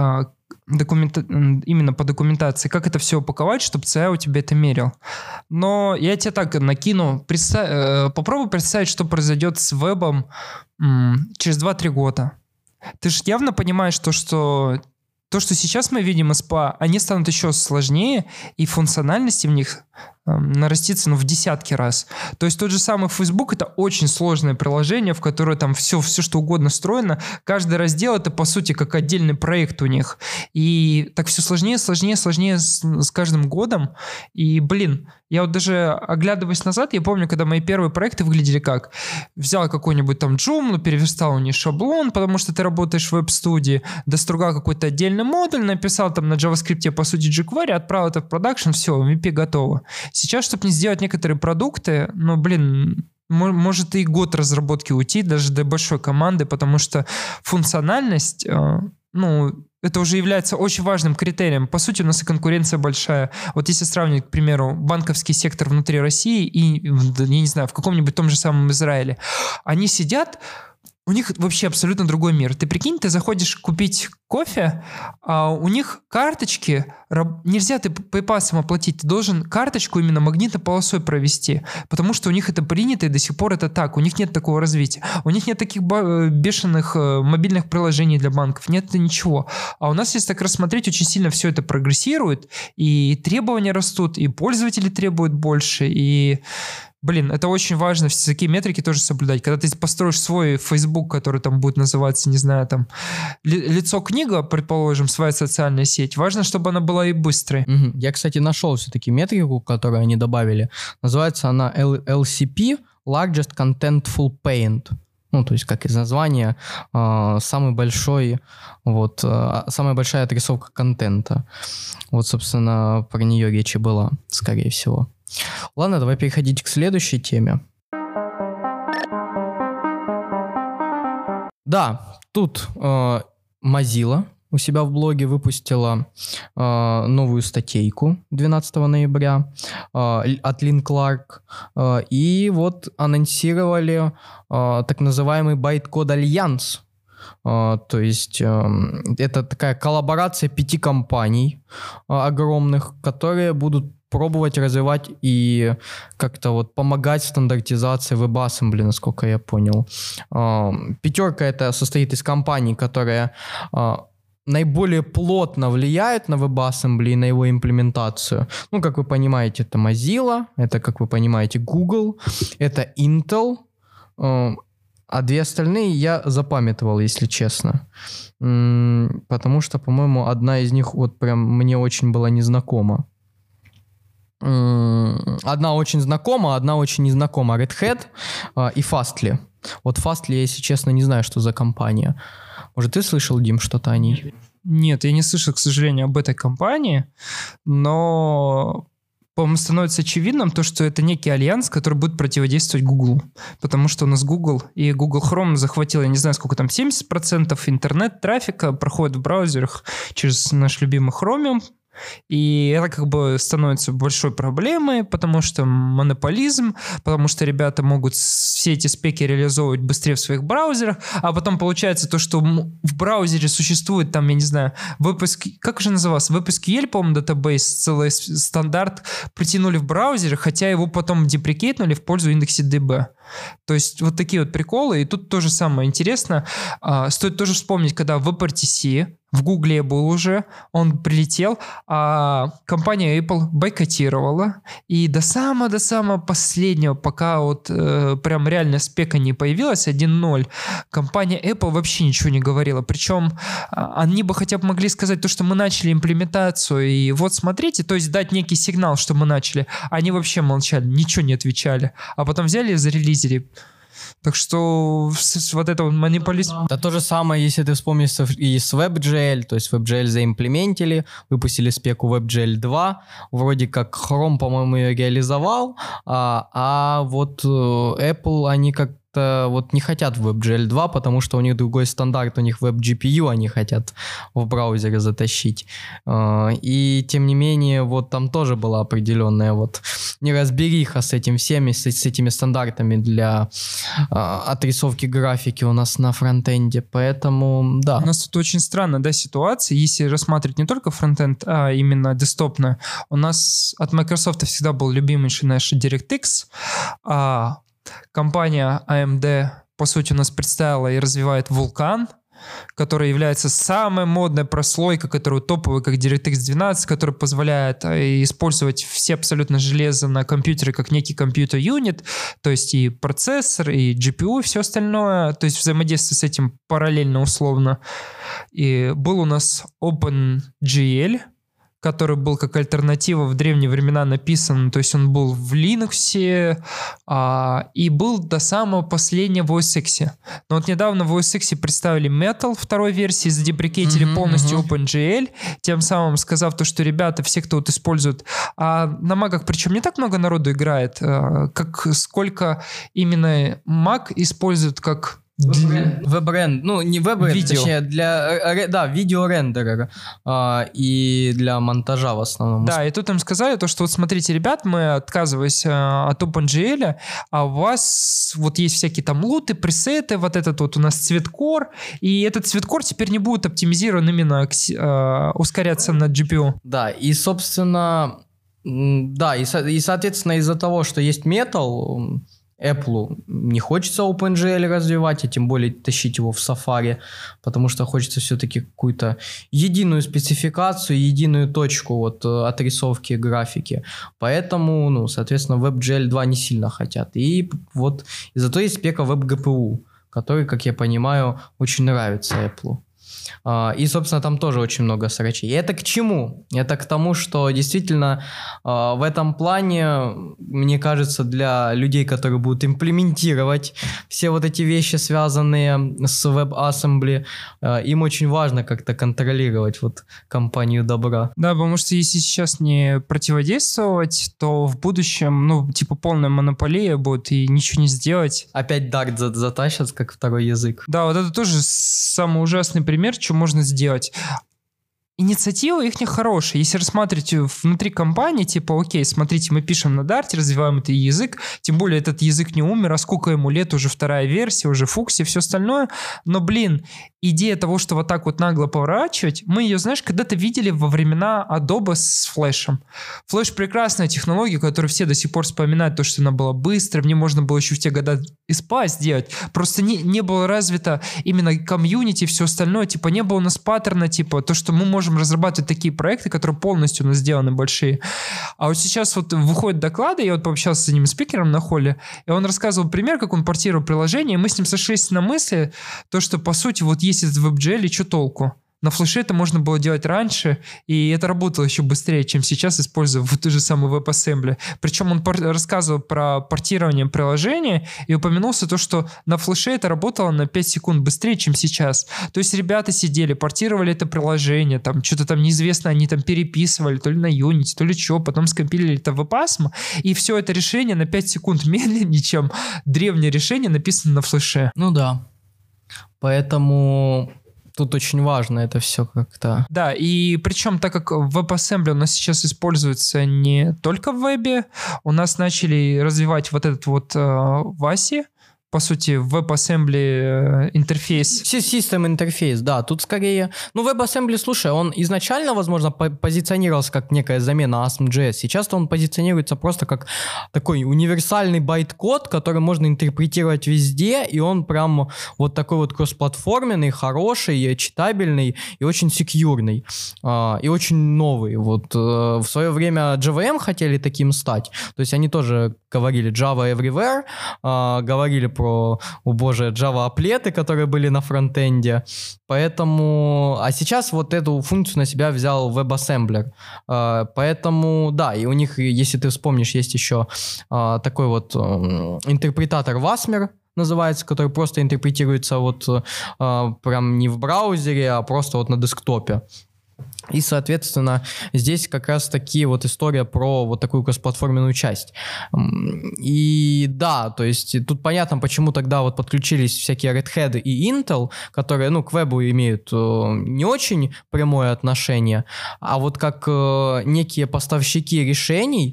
именно по документации, как это все упаковать, чтобы CI у тебя это мерил. Но я тебе так накину. Попробуй представить, что произойдет с вебом через 2-3 года. Ты же явно понимаешь, что сейчас мы видим SPA, они станут еще сложнее, и функциональности в них нарастится, в десятки раз. То есть тот же самый Facebook — это очень сложное приложение, в которое там все что угодно встроено. Каждый раздел — это, по сути, как отдельный проект у них. И так все сложнее с каждым годом. И, я вот даже оглядываясь назад, я помню, когда мои первые проекты выглядели как: взял какой-нибудь там Joomla, переверстал у них шаблон, потому что ты работаешь в веб-студии, достругал какой-то отдельный модуль, написал там на JavaScript, по сути, jQuery, отправил это в продакшн, все, MVP готово. Сейчас, чтобы не сделать некоторые продукты, может и год разработки уйти, даже до большой команды, потому что функциональность, это уже является очень важным критерием. По сути, у нас и конкуренция большая. Вот если сравнить, к примеру, банковский сектор внутри России и, я не знаю, в каком-нибудь том же самом Израиле, они сидят, у них вообще абсолютно другой мир. Ты прикинь, ты заходишь купить кофе, а у них карточки, нельзя ты PayPal оплатить, ты должен карточку именно магнитной полосой провести, потому что у них это принято, и до сих пор это так, у них нет такого развития. У них нет таких бешеных мобильных приложений для банков, нет ничего. А у нас, если так рассмотреть, очень сильно все это прогрессирует, и требования растут, и пользователи требуют больше, и... это очень важно, все такие метрики тоже соблюдать. Когда ты построишь свой Facebook, который там будет называться, не знаю, там, лицо-книга, предположим, своя социальная сеть, важно, чтобы она была и быстрой. Я, кстати, нашел все-таки метрику, которую они добавили. Называется она LCP, Largest Contentful Paint. То есть, как из названия, самая большая отрисовка контента. Вот, собственно, про нее речь и была, скорее всего. Ладно, давай переходить к следующей теме. Да, тут Mozilla у себя в блоге выпустила новую статейку 12 ноября от Lynn Clark. И вот анонсировали так называемый Bytecode Альянс. То есть это такая коллаборация 5 компаний огромных, которые будут пробовать развивать и как-то вот помогать стандартизации WebAssembly, насколько я понял. 5 это состоит из компаний, которые наиболее плотно влияют на WebAssembly и на его имплементацию. Как вы понимаете, это Mozilla, это, как вы понимаете, Google, это Intel, а 2 остальные я запамятовал, если честно. Потому что, по-моему, одна из них вот прям мне очень была незнакома. Одна очень знакома, одна очень незнакома. Red Hat и Fastly. Вот Fastly, я, если честно, не знаю, что за компания. Может, ты слышал, Дим, что-то о ней? Нет, я не слышал, к сожалению, об этой компании, но, по-моему, становится очевидным то, что это некий альянс, который будет противодействовать Google. Потому что у нас Google и Google Chrome захватил, я не знаю, сколько там, 70% интернет-трафика проходит в браузерах через наш любимый Chromium. И это как бы становится большой проблемой, потому что монополизм, потому что ребята могут все эти спеки реализовывать быстрее в своих браузерах, а потом получается то, что в браузере существует там, я не знаю, как же назывался? WebSQL, по-моему, датабейс, целый стандарт притянули в браузере, хотя его потом деприкейтнули в пользу IndexedDB. То есть вот такие вот приколы. И тут тоже самое интересно. Стоит тоже вспомнить, когда WebRTC в Гугле был уже, он прилетел, а компания Apple бойкотировала. И до самого последнего, пока вот прям реально спека не появилась, 1.0, компания Apple вообще ничего не говорила. Причем они бы хотя бы могли сказать то, что мы начали имплементацию, и вот смотрите, то есть дать некий сигнал, что мы начали. Они вообще молчали, ничего не отвечали. А потом взяли и зарелизили. Так что вот это вот монополизм. Да то же самое, если ты вспомнишь и с WebGL, то есть WebGL заимплементили, выпустили спеку WebGL 2, вроде как Chrome, по-моему, ее реализовал, а вот Apple, они как-то вот не хотят в WebGL 2, потому что у них другой стандарт, у них WebGPU они хотят в браузере затащить. И тем не менее, вот там тоже была определенная вот неразбериха с этим всеми, с этими стандартами для отрисовки графики у нас на фронтенде, поэтому да. У нас тут очень странная, да, ситуация, если рассматривать не только фронтенд, а именно десктопную. У нас от Microsoft всегда был любимейший наш DirectX, компания AMD, по сути, у нас представила и развивает Vulkan, которая является самой модной прослойкой, которая топовая, как DirectX 12, которая позволяет использовать все абсолютно железо на компьютере как некий компьютер-юнит, то есть и процессор, и GPU, и все остальное, то есть взаимодействие с этим параллельно условно. И был у нас OpenGL, который был как альтернатива в древние времена написан, то есть он был в Linux, и был до самого последнего в OS X. Но вот недавно в OS X представили Metal второй версии, задеприкейтили полностью OpenGL, тем самым сказав то, что ребята, все, кто вот использует, на Mac'ах причем не так много народу играет, сколько именно Mac использует как... Веб-рендер, ну не веб-рендер, точнее для видеорендера и для монтажа в основном. Да, и тут им сказали то, что вот смотрите, ребят, мы отказываясь от OpenGL, а у вас вот есть всякие там луты, пресеты, вот этот вот у нас цветкор, и этот цветкор теперь не будет оптимизирован именно ускоряться на GPU. Да, и собственно, да, и соответственно из-за того, что есть Metal, Apple не хочется OpenGL развивать, а тем более тащить его в Safari, потому что хочется все-таки какую-то единую спецификацию, единую точку вот отрисовки графики. Поэтому, ну, соответственно, WebGL 2 не сильно хотят. И вот зато есть спека WebGPU, который, как я понимаю, очень нравится Apple. И, собственно, там тоже очень много срачей. И это к чему? Это к тому, что действительно в этом плане, мне кажется, для людей, которые будут имплементировать все вот эти вещи, связанные с WebAssembly, им очень важно как-то контролировать вот компанию добра. Да, потому что если сейчас не противодействовать, то в будущем, ну, типа полная монополия будет и ничего не сделать. Опять Dart затащат, как второй язык. Да, вот это тоже самый ужасный пример, что можно сделать. Инициатива их не хорошая. Если рассматривать внутри компании, типа, окей, смотрите, мы пишем на Dart, развиваем этот язык, тем более этот язык не умер, а сколько ему лет, уже вторая версия, уже Fuchs и все остальное. Но, блин, идея того, что вот так вот нагло поворачивать, мы ее, знаешь, когда-то видели во времена Adobe с флешем. Флэш — прекрасная технология, которую все до сих пор вспоминают, то, что она была быстрой, в ней можно было еще в те годы SPA сделать. Просто не было развито именно комьюнити, все остальное, типа, не было у нас паттерна, типа, то, что мы можем разрабатывать такие проекты, которые полностью у нас сделаны большие. А вот сейчас вот выходят доклады, я вот пообщался с одним спикером на холле, и он рассказывал пример, как он портировал приложение, и мы с ним сошлись на мысли, то, что, по сути, вот есть этот WebGL, и что толку? На флеше это можно было делать раньше, и это работало еще быстрее, чем сейчас, используя вот ту же самую WebAssembly. Причем он рассказывал про портирование приложения и упомянулся то, что на флеше это работало на 5 секунд быстрее, чем сейчас. То есть ребята сидели, портировали это приложение, там что-то там неизвестно, они там переписывали, то ли на Unity, то ли что, потом скомпилили это в WebAssembly, и все это решение на 5 секунд медленнее, чем древнее решение, написанное на флеше. Ну да. Поэтому... Тут очень важно это все как-то. Да, и причем, так как WebAssembly у нас сейчас используется не только в вебе, у нас начали развивать вот этот вот VASI, по сути, WebAssembly интерфейс. System интерфейс, да. Тут скорее... Ну, WebAssembly, слушай, он изначально, возможно, позиционировался как некая замена ASM.js. Сейчас-то он позиционируется просто как такой универсальный байт-код, который можно интерпретировать везде, и он прям вот такой вот кроссплатформенный, хороший, читабельный и очень секьюрный. И очень новый. Вот в свое время JVM хотели таким стать. То есть они тоже говорили Java Everywhere, говорили про, о боже, Java-аплеты, которые были на фронтенде. Поэтому... А сейчас вот эту функцию на себя взял WebAssembler. Поэтому, да, и у них, если ты вспомнишь, есть еще такой вот интерпретатор Wasmer, называется, который просто интерпретируется вот прям не в браузере, а просто вот на десктопе. И, соответственно, здесь как раз таки вот история про вот такую кроссплатформенную часть. И да, то есть тут понятно, почему тогда вот подключились всякие Red Hat и Intel, которые, ну, к вебу имеют не очень прямое отношение, а вот как некие поставщики решений,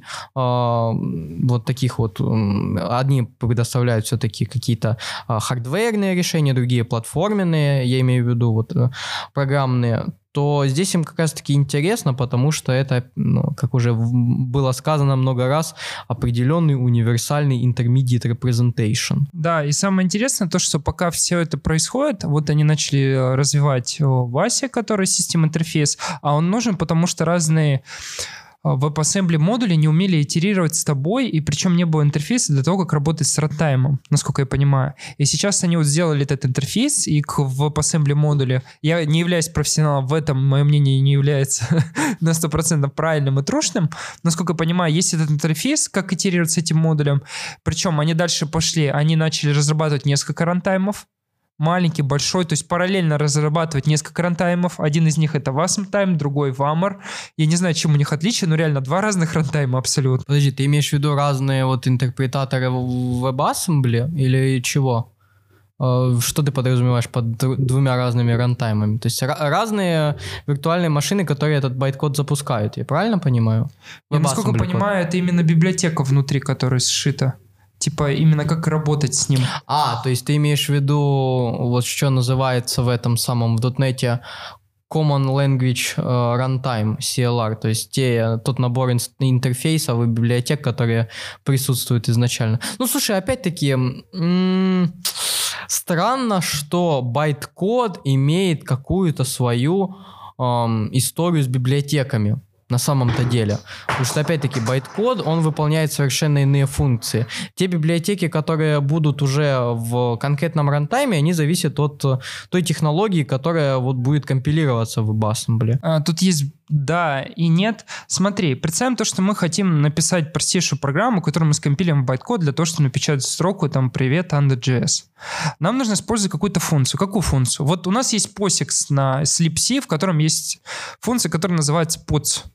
вот таких вот, одни предоставляют все-таки какие-то хардверные решения, другие платформенные, я имею в виду вот программные, то здесь им как раз-таки интересно, потому что это, как уже было сказано много раз, определенный универсальный intermediate representation. Да, и самое интересное то, что пока все это происходит, вот они начали развивать Вася, который систем интерфейс, а он нужен, потому что разные WebAssembly модули не умели итерировать с тобой, и причем не было интерфейса для того, как работать с рантаймом, насколько я понимаю. И сейчас они вот сделали этот интерфейс, и к WebAssembly модуле, я не являюсь профессионалом в этом, мое мнение не является на 100% правильным и трушным, насколько я понимаю, есть этот интерфейс, как итерировать с этим модулем, причем они дальше пошли, они начали разрабатывать несколько рантаймов, маленький, большой, то есть параллельно разрабатывать несколько рантаймов. Один из них это WASM-тайм, другой WAMR. Я не знаю, чем у них отличие, но реально два разных рантайма абсолютно. Подожди, ты имеешь в виду разные вот интерпретаторы в WebAssembly или чего? Что ты подразумеваешь под двумя разными рантаймами? То есть разные виртуальные машины, которые этот байткод запускают, я правильно понимаю? Я, насколько понимаю, это именно библиотека внутри, которая сшита. Типа именно как работать с ним. То есть ты имеешь в виду, вот что называется в этом самом, в .NET Common Language Runtime, CLR, то есть тот набор интерфейсов и библиотек, которые присутствуют изначально. Слушай, опять-таки, странно, что байткод имеет какую-то свою историю с библиотеками. На самом-то деле. Потому что, опять-таки, байткод, он выполняет совершенно иные функции. Те библиотеки, которые будут уже в конкретном рантайме, они зависят от той технологии, которая вот будет компилироваться в WebAssembly. Тут есть да и нет. Смотри, представим то, что мы хотим написать простейшую программу, которую мы скомпилируем в байткод для того, чтобы напечатать строку там «Привет, Under.js». Нам нужно использовать какую-то функцию. Какую функцию? Вот у нас есть POSIX на SlipC, в котором есть функция, которая называется POTS.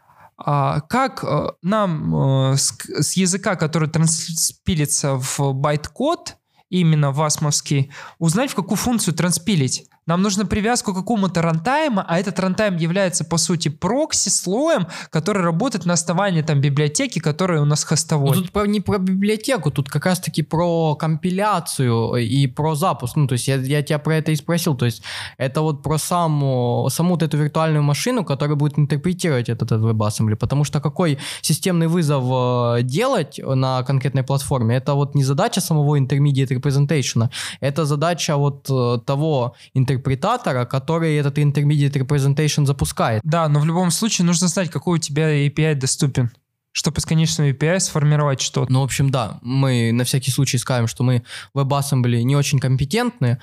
Как нам с языка, который транспилится в байткод, именно васмовский, узнать, в какую функцию транспилить? Нам нужно привязку к какому-то рантайму, а этот рантайм является, по сути, прокси-слоем, который работает на основании там библиотеки, которая у нас хостовой. Тут не про библиотеку, тут как раз-таки про компиляцию и про запуск. То есть я тебя про это и спросил. То есть это вот про саму вот эту виртуальную машину, которая будет интерпретировать этот WebAssembly. Потому что какой системный вызов делать на конкретной платформе, это вот не задача самого intermediate representation, это задача вот того интерпретатора, который этот intermediate representation запускает. Да, но в любом случае нужно знать, какой у тебя API доступен, чтобы из конечного API сформировать что-то. В общем, да, мы на всякий случай скажем, что мы в WebAssembly не очень компетентны.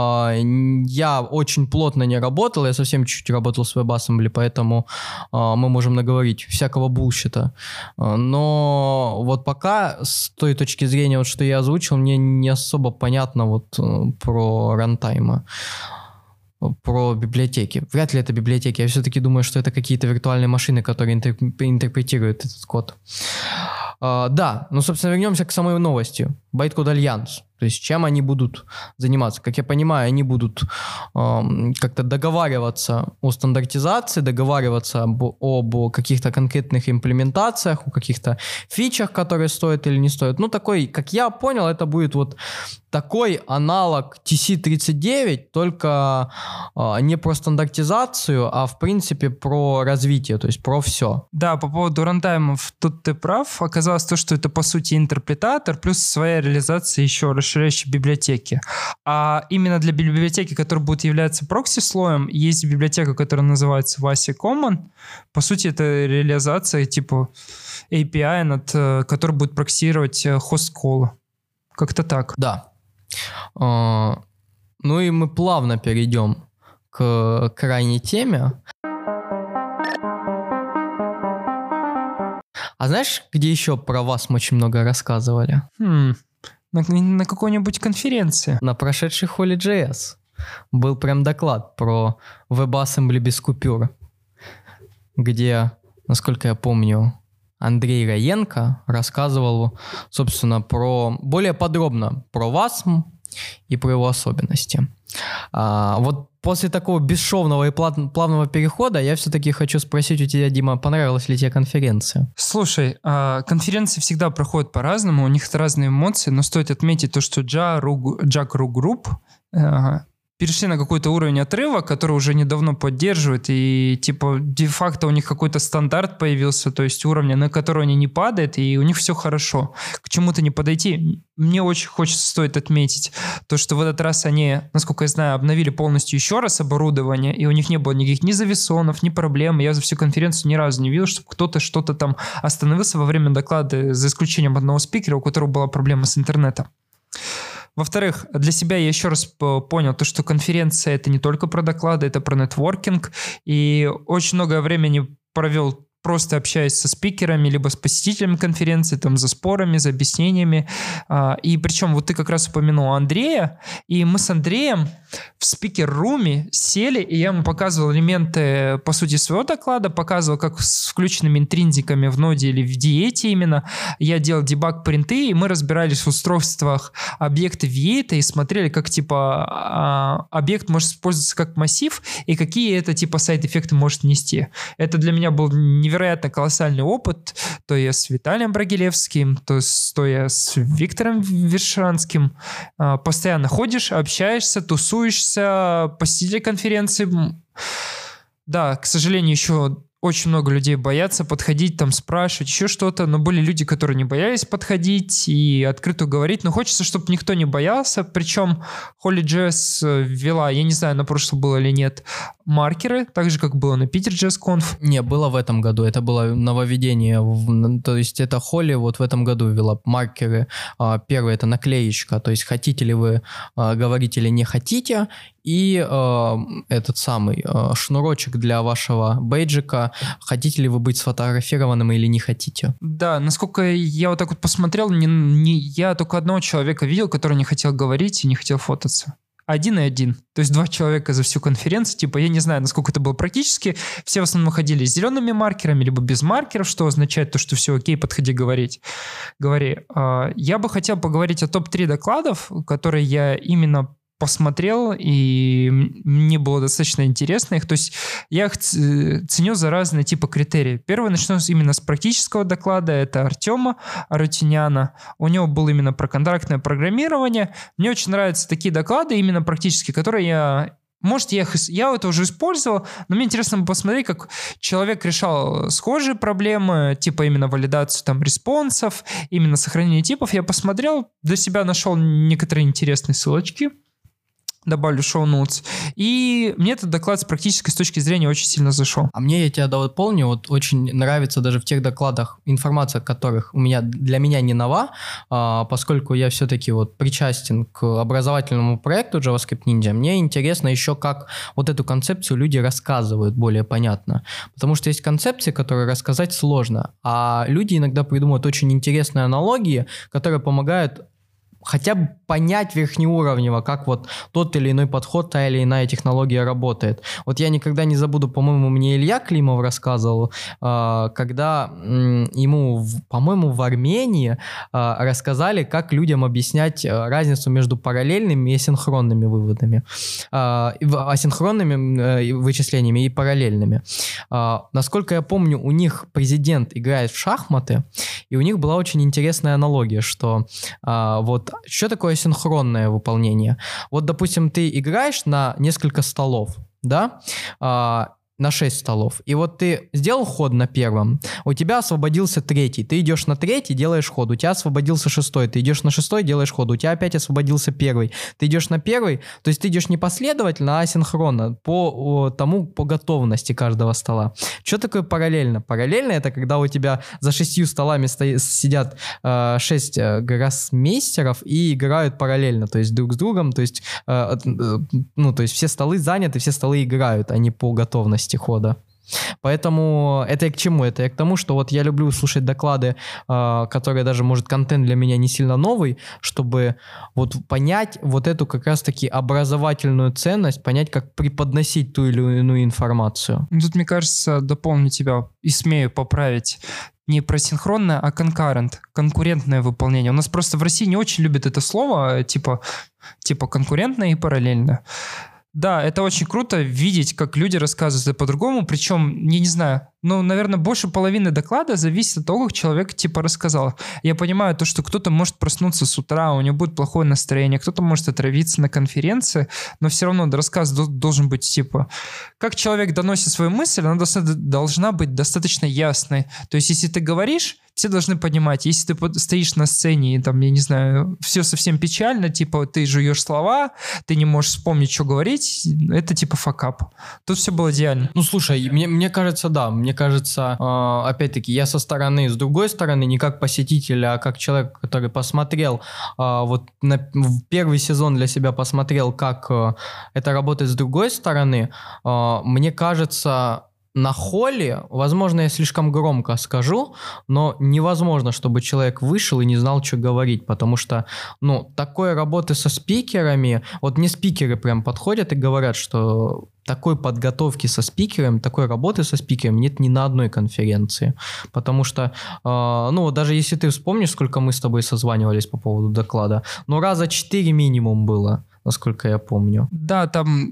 Я очень плотно не работал, я совсем чуть-чуть работал с WebAssembly, поэтому мы можем наговорить всякого булщита. Но вот пока с той точки зрения, вот, что я озвучил, мне не особо понятно вот про рантаймы. Про библиотеки. Вряд ли это библиотеки. Я все-таки думаю, что это какие-то виртуальные машины, которые интерпретируют этот код. Да, собственно, вернемся к самой новости. Bytecode Alliance. То есть чем они будут заниматься? Как я понимаю, они будут как-то договариваться о стандартизации, договариваться об каких-то конкретных имплементациях, о каких-то фичах, которые стоят или не стоят. Такой, как я понял, это будет вот такой аналог TC39, только не про стандартизацию, а в принципе про развитие, то есть про все. Да, по поводу рантаймов тут ты прав. Оказалось то, что это по сути интерпретатор плюс своя реализация еще расширяющей библиотеки. А именно для библиотеки, которая будет являться прокси-слоем, есть библиотека, которая называется Vasi Common. По сути, это реализация типа API, над которой будет проксировать хост-колы. Как-то так. Да. И мы плавно перейдем к крайней теме. А знаешь, где еще про вас мы очень много рассказывали? На какой-нибудь конференции. На прошедшей Holy.js был прям доклад про WebAssembly без купюр, где, насколько я помню, Андрей Раенко рассказывал, собственно, более подробно про WASM и про его особенности. Вот после такого бесшовного и плавного перехода я все-таки хочу спросить у тебя, Дима, понравилась ли тебе конференция? Слушай, конференции всегда проходят по-разному, у них разные эмоции, но стоит отметить то, что JAG.ru Group перешли на какой-то уровень отрыва, который уже недавно поддерживают, и типа де-факто у них какой-то стандарт появился, то есть уровня, на который они не падают, и у них все хорошо. К чему-то не подойти. Мне очень стоит отметить то, что в этот раз они, насколько я знаю, обновили полностью еще раз оборудование, и у них не было никаких ни зависонов, ни проблем. Я за всю конференцию ни разу не видел, чтобы кто-то что-то там остановился во время доклада, за исключением одного спикера, у которого была проблема с интернетом. Во-вторых, для себя я еще раз понял, то, что конференция — это не только про доклады, это про нетворкинг. И очень много времени провел просто общаясь со спикерами, либо с посетителями конференции, там, за спорами, за объяснениями. И причем вот ты как раз упомянул Андрея, и мы с Андреем в спикер-руме сели, и я ему показывал элементы, по сути, своего доклада, показывал, как с включенными интринзиками в ноде или в диете именно. Я делал дебаг-принты, и мы разбирались в устройствах объекта V8 и смотрели, как, типа, объект может использоваться как массив, и какие это, типа, сайд-эффекты может нести. Это для меня был невероятно колоссальный опыт. То я с Виталием Брагилевским, то я с Виктором Вершанским. Постоянно ходишь, общаешься, тусуешься, посетители конференции. Да, к сожалению, еще очень много людей боятся подходить, там, спрашивать, еще что-то, но были люди, которые не боялись подходить и открыто говорить, но хочется, чтобы никто не боялся, причем HolyJS ввела, я не знаю, на прошлое было или нет, маркеры, так же, как было на Питер JS Conf. Не, было в этом году, это было нововведение, то есть это Holy вот в этом году ввела маркеры. Первое — это наклеечка, то есть хотите ли вы говорить или не хотите, и этот самый шнурочек для вашего бейджика, хотите ли вы быть сфотографированным или не хотите. Да, насколько я вот так вот посмотрел, я только одного человека видел, который не хотел говорить и не хотел фототься. 1 и 1. То есть 2 человека за всю конференцию. Типа, я не знаю, насколько это было практически. Все в основном ходили с зелеными маркерами, либо без маркеров, что означает то, что все окей, подходи, говорить. Говори. Я бы хотел поговорить о топ-3 докладов, которые я именно посмотрел, и мне было достаточно интересно их. То есть я их ценю за разные типы критерий. Первый начну именно с практического доклада. Это Артема Арутюняна. У него был именно про контрактное программирование. Мне очень нравятся такие доклады, именно практические, которые я это уже использовал, но мне интересно посмотреть, как человек решал схожие проблемы, типа именно валидацию там респонсов, именно сохранение типов. Я посмотрел, для себя нашел некоторые интересные ссылочки. Добавлю шоу-ноутс. И мне этот доклад с практической с точки зрения очень сильно зашел. А мне, я тебя дополню, вот очень нравится даже в тех докладах информация, которых для меня не нова, поскольку я все-таки вот причастен к образовательному проекту JavaScript Ninja. Мне интересно еще, как вот эту концепцию люди рассказывают более понятно. Потому что есть концепции, которые рассказать сложно, а люди иногда придумывают очень интересные аналогии, которые помогают хотя бы понять верхнеуровнево, как вот тот или иной подход, та или иная технология работает. Вот я никогда не забуду, по-моему, мне Илья Климов рассказывал, когда ему, по-моему, в Армении рассказали, как людям объяснять разницу между параллельными и асинхронными выводами, асинхронными вычислениями и параллельными. Насколько я помню, у них президент играет в шахматы, и у них была очень интересная аналогия, что вот что такое синхронное выполнение? Вот, допустим, ты играешь на несколько столов, да, на 6 столов. И вот ты сделал ход на первом, у тебя освободился третий, ты идешь на третий, делаешь ход, у тебя освободился шестой, ты идешь на шестой, делаешь ход, у тебя опять освободился первый, ты идешь на первый, то есть ты идешь не последовательно, а асинхронно, по готовности каждого стола. Что такое параллельно? Параллельно — это когда у тебя за 6 столами сидят 6 гроссмейстеров и играют параллельно, то есть друг с другом, то есть все столы заняты, все столы играют, а не по готовности хода. Поэтому это я к чему? Это я к тому, что вот я люблю слушать доклады, которые даже, может, контент для меня не сильно новый, чтобы вот понять вот эту как раз-таки образовательную ценность, понять, как преподносить ту или иную информацию. Тут, мне кажется, дополню тебя и смею поправить. Не про синхронное, а concurrent, конкурентное выполнение. У нас просто в России не очень любят это слово, типа конкурентное и параллельно. Да, это очень круто видеть, как люди рассказывают по-другому, причем, я не знаю, ну, наверное, больше половины доклада зависит от того, как человек, типа, рассказал. Я понимаю то, что кто-то может проснуться с утра, у него будет плохое настроение, кто-то может отравиться на конференции, но все равно рассказ должен быть, типа, как человек доносит свою мысль, она должна быть достаточно ясной. То есть, если ты говоришь, все должны понимать, если ты стоишь на сцене и там, я не знаю, все совсем печально, типа ты жуешь слова, ты не можешь вспомнить, что говорить, это типа факап. Тут все было идеально. Ну, слушай, мне кажется, да, мне кажется, опять-таки, я со стороны, с другой стороны, не как посетитель, а как человек, который посмотрел, вот в первый сезон для себя посмотрел, как это работает с другой стороны, мне кажется... На холле, возможно, я слишком громко скажу, но невозможно, чтобы человек вышел и не знал, что говорить, потому что, ну, такой работы со спикерами, вот мне спикеры прям подходят и говорят, что такой подготовки со спикером, такой работы со спикером нет ни на одной конференции, потому что, ну, даже если ты вспомнишь, сколько мы с тобой созванивались по поводу доклада, ну, раза 4 минимум было. Насколько я помню. Да, там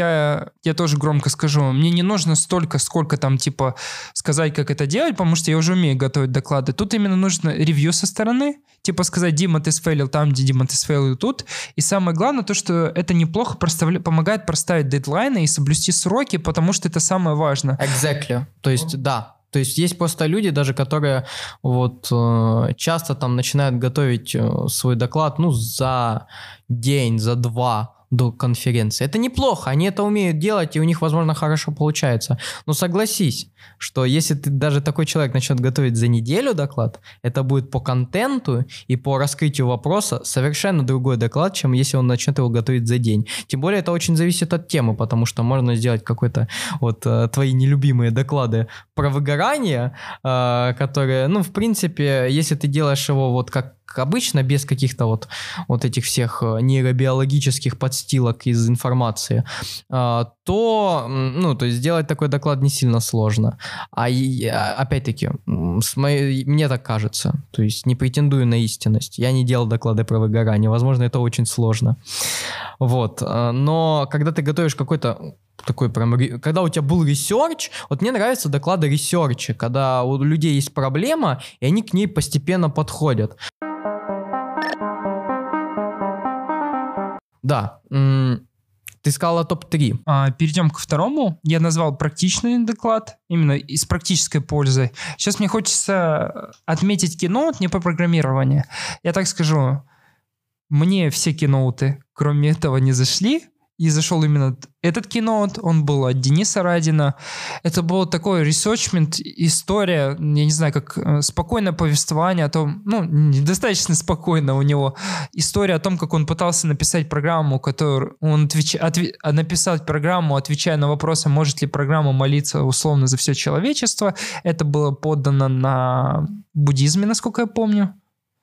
я тоже громко скажу, мне не нужно столько, сколько там, типа, сказать, как это делать, потому что я уже умею готовить доклады. Тут именно нужно ревью со стороны, типа сказать, Дима, ты сфейлил там, где Дима, ты сфейлил тут. И самое главное, то, что это неплохо помогает проставить дедлайны и соблюсти сроки, потому что это самое важное. Exactly. То есть, да. То есть есть просто люди даже, которые вот часто там начинают готовить свой доклад, ну, за день, за 2 до конференции. Это неплохо, они это умеют делать, и у них, возможно, хорошо получается. Но согласись, что если ты даже такой человек начнет готовить за неделю доклад, это будет по контенту и по раскрытию вопроса совершенно другой доклад, чем если он начнет его готовить за день. Тем более это очень зависит от темы, потому что можно сделать какой-то вот твои нелюбимые доклады про выгорание, которые, ну, в принципе, если ты делаешь его вот как обычно, без каких-то вот этих всех нейробиологических подстилок из информации, то, ну, то есть сделать такой доклад не сильно сложно. Опять-таки, мне так кажется, то есть не претендую на истинность. Я не делал доклады про выгорание, возможно, это очень сложно. Вот. Но когда ты готовишь какой-то такой прям, когда у тебя был ресерч, вот мне нравятся доклады ресерча, когда у людей есть проблема, и они к ней постепенно подходят. Да, ты сказала топ-3. Перейдем ко второму. Я назвал практичный доклад, именно с практической пользой. Сейчас мне хочется отметить кейноут не по программированию. Я так скажу, мне все кейноуты, кроме этого, не зашли. И зашел именно этот кейноут, он был от Дениса Радина. Это был такой ресерчмент, история, я не знаю, как спокойное повествование о том, ну, недостаточно спокойно у него, история о том, как он пытался написать программу, которую он написать программу, отвечая на вопрос, может ли программа молиться условно за все человечество. Это было подано на буддизме, насколько я помню.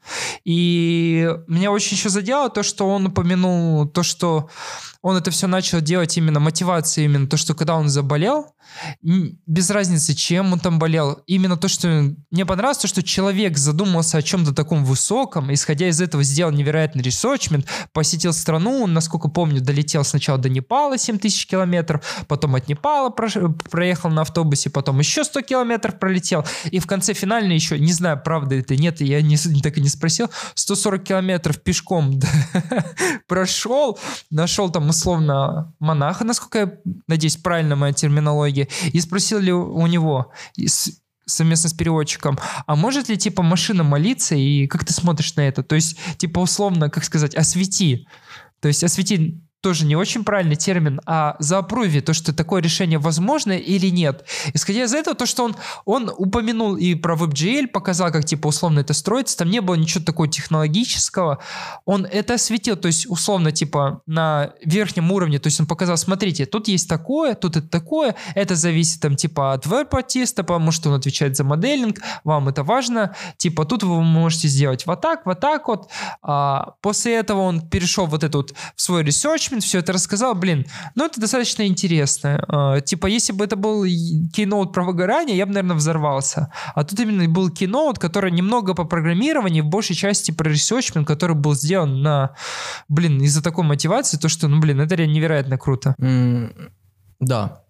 И меня очень еще задело то, что он упомянул, то, что он это все начал делать именно мотивацией, именно то, что когда он заболел, без разницы, чем он там болел, именно то, что мне понравилось, то, что человек задумался о чем-то таком высоком, исходя из этого сделал невероятный ресерчмент, посетил страну, насколько помню, долетел сначала до Непала 7000 километров, потом от Непала проехал на автобусе, потом еще 100 километров пролетел, и в конце финально еще, не знаю, правда это нет, я так и не спросил, 140 километров пешком прошел, нашел там условно монаха, насколько я надеюсь, правильно моя терминология, и спросил ли у него совместно с переводчиком, а может ли типа машина молиться, и как ты смотришь на это? То есть типа условно, как сказать, освети. То есть освети тоже не очень правильный термин, а заапруви то, что такое решение возможно или нет. Исходя из этого, то, что он упомянул и про WebGL, показал, как типа условно это строится, там не было ничего такого технологического, он это осветил, то есть условно типа на верхнем уровне, то есть он показал, смотрите, тут есть такое, тут это такое, это зависит там типа от веб-артиста, потому что он отвечает за моделинг, вам это важно, типа тут вы можете сделать вот так вот. После этого он перешел вот это вот в свой research, все это рассказал, ну это достаточно интересно. Типа, если бы это был кейноут про выгорание, я бы, наверное, взорвался. А тут именно был кейноут, который немного по программированию, в большей части про ресерчмент, который был сделан на, из-за такой мотивации, то, что, это невероятно круто. Да.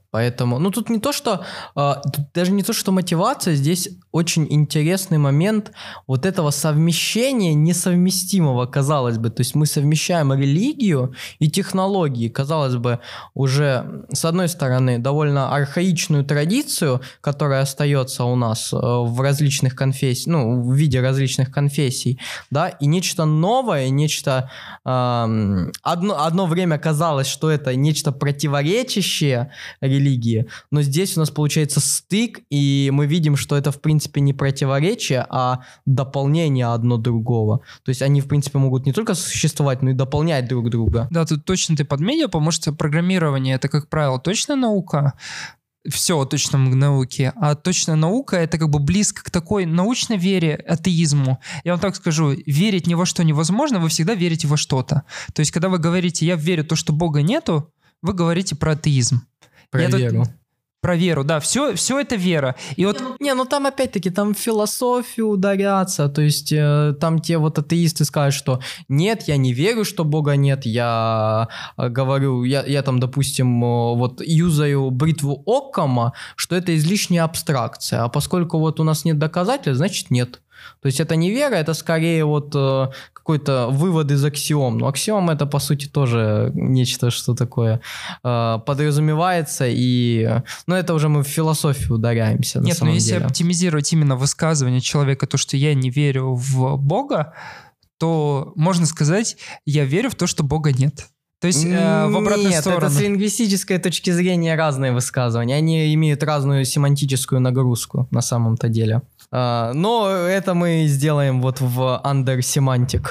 Поэтому, ну, тут не то, что, тут даже не то, что мотивация, здесь очень интересный момент вот этого совмещения несовместимого, казалось бы. То есть мы совмещаем религию и технологии, казалось бы, уже, с одной стороны, довольно архаичную традицию, которая остается у нас в различных конфессиях, ну, в виде различных конфессий, да, и нечто новое, нечто... одно время казалось, что это нечто противоречащее религии, но здесь у нас получается стык, и мы видим, что это, в принципе, не противоречие, а дополнение одно другого. То есть они, в принципе, могут не только существовать, но и дополнять друг друга. Да, тут точно ты подметил, потому что программирование — это, как правило, точная наука, все о точном науке, а точная наука — это как бы близко к такой научной вере, атеизму. Я вам так скажу, верить ни во что невозможно, вы всегда верите во что-то. То есть, когда вы говорите «я верю в то, что Бога нету», вы говорите про атеизм. Про веру. Про веру, да, все это вера. И вот... Ну там опять-таки, там в философию ударятся, то есть там те вот атеисты скажут, что нет, я не верю, что Бога нет, я говорю, я там, допустим, вот юзаю бритву Оккама, что это излишняя абстракция, а поскольку вот у нас нет доказательств, значит нет. То есть это не вера, это скорее вот какой-то вывод из аксиом. Но аксиом — это, по сути, тоже нечто, что такое подразумевается. И, ну, это уже мы в философию ударяемся. Нет, но если оптимизировать именно высказывание человека, то, что я не верю в Бога, то можно сказать, я верю в то, что Бога нет. То есть в обратную сторону. Нет, это с лингвистической точки зрения разные высказывания. Они имеют разную семантическую нагрузку на самом-то деле. Но это мы сделаем вот в Under Semantic.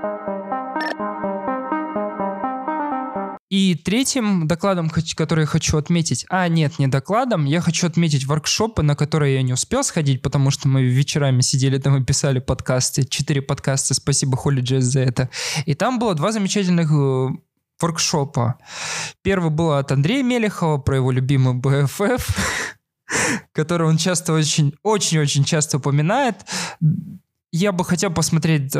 И третьим докладом, который я хочу отметить, не докладом, я хочу отметить воркшопы, на которые я не успел сходить, потому что мы вечерами сидели там и писали подкасты, 4 подкаста, спасибо HolyJS за это. И там было 2 замечательных воркшопа. Первый был от Андрея Мелехова про его любимый BFF, который он часто очень-очень часто упоминает. Я бы хотел посмотреть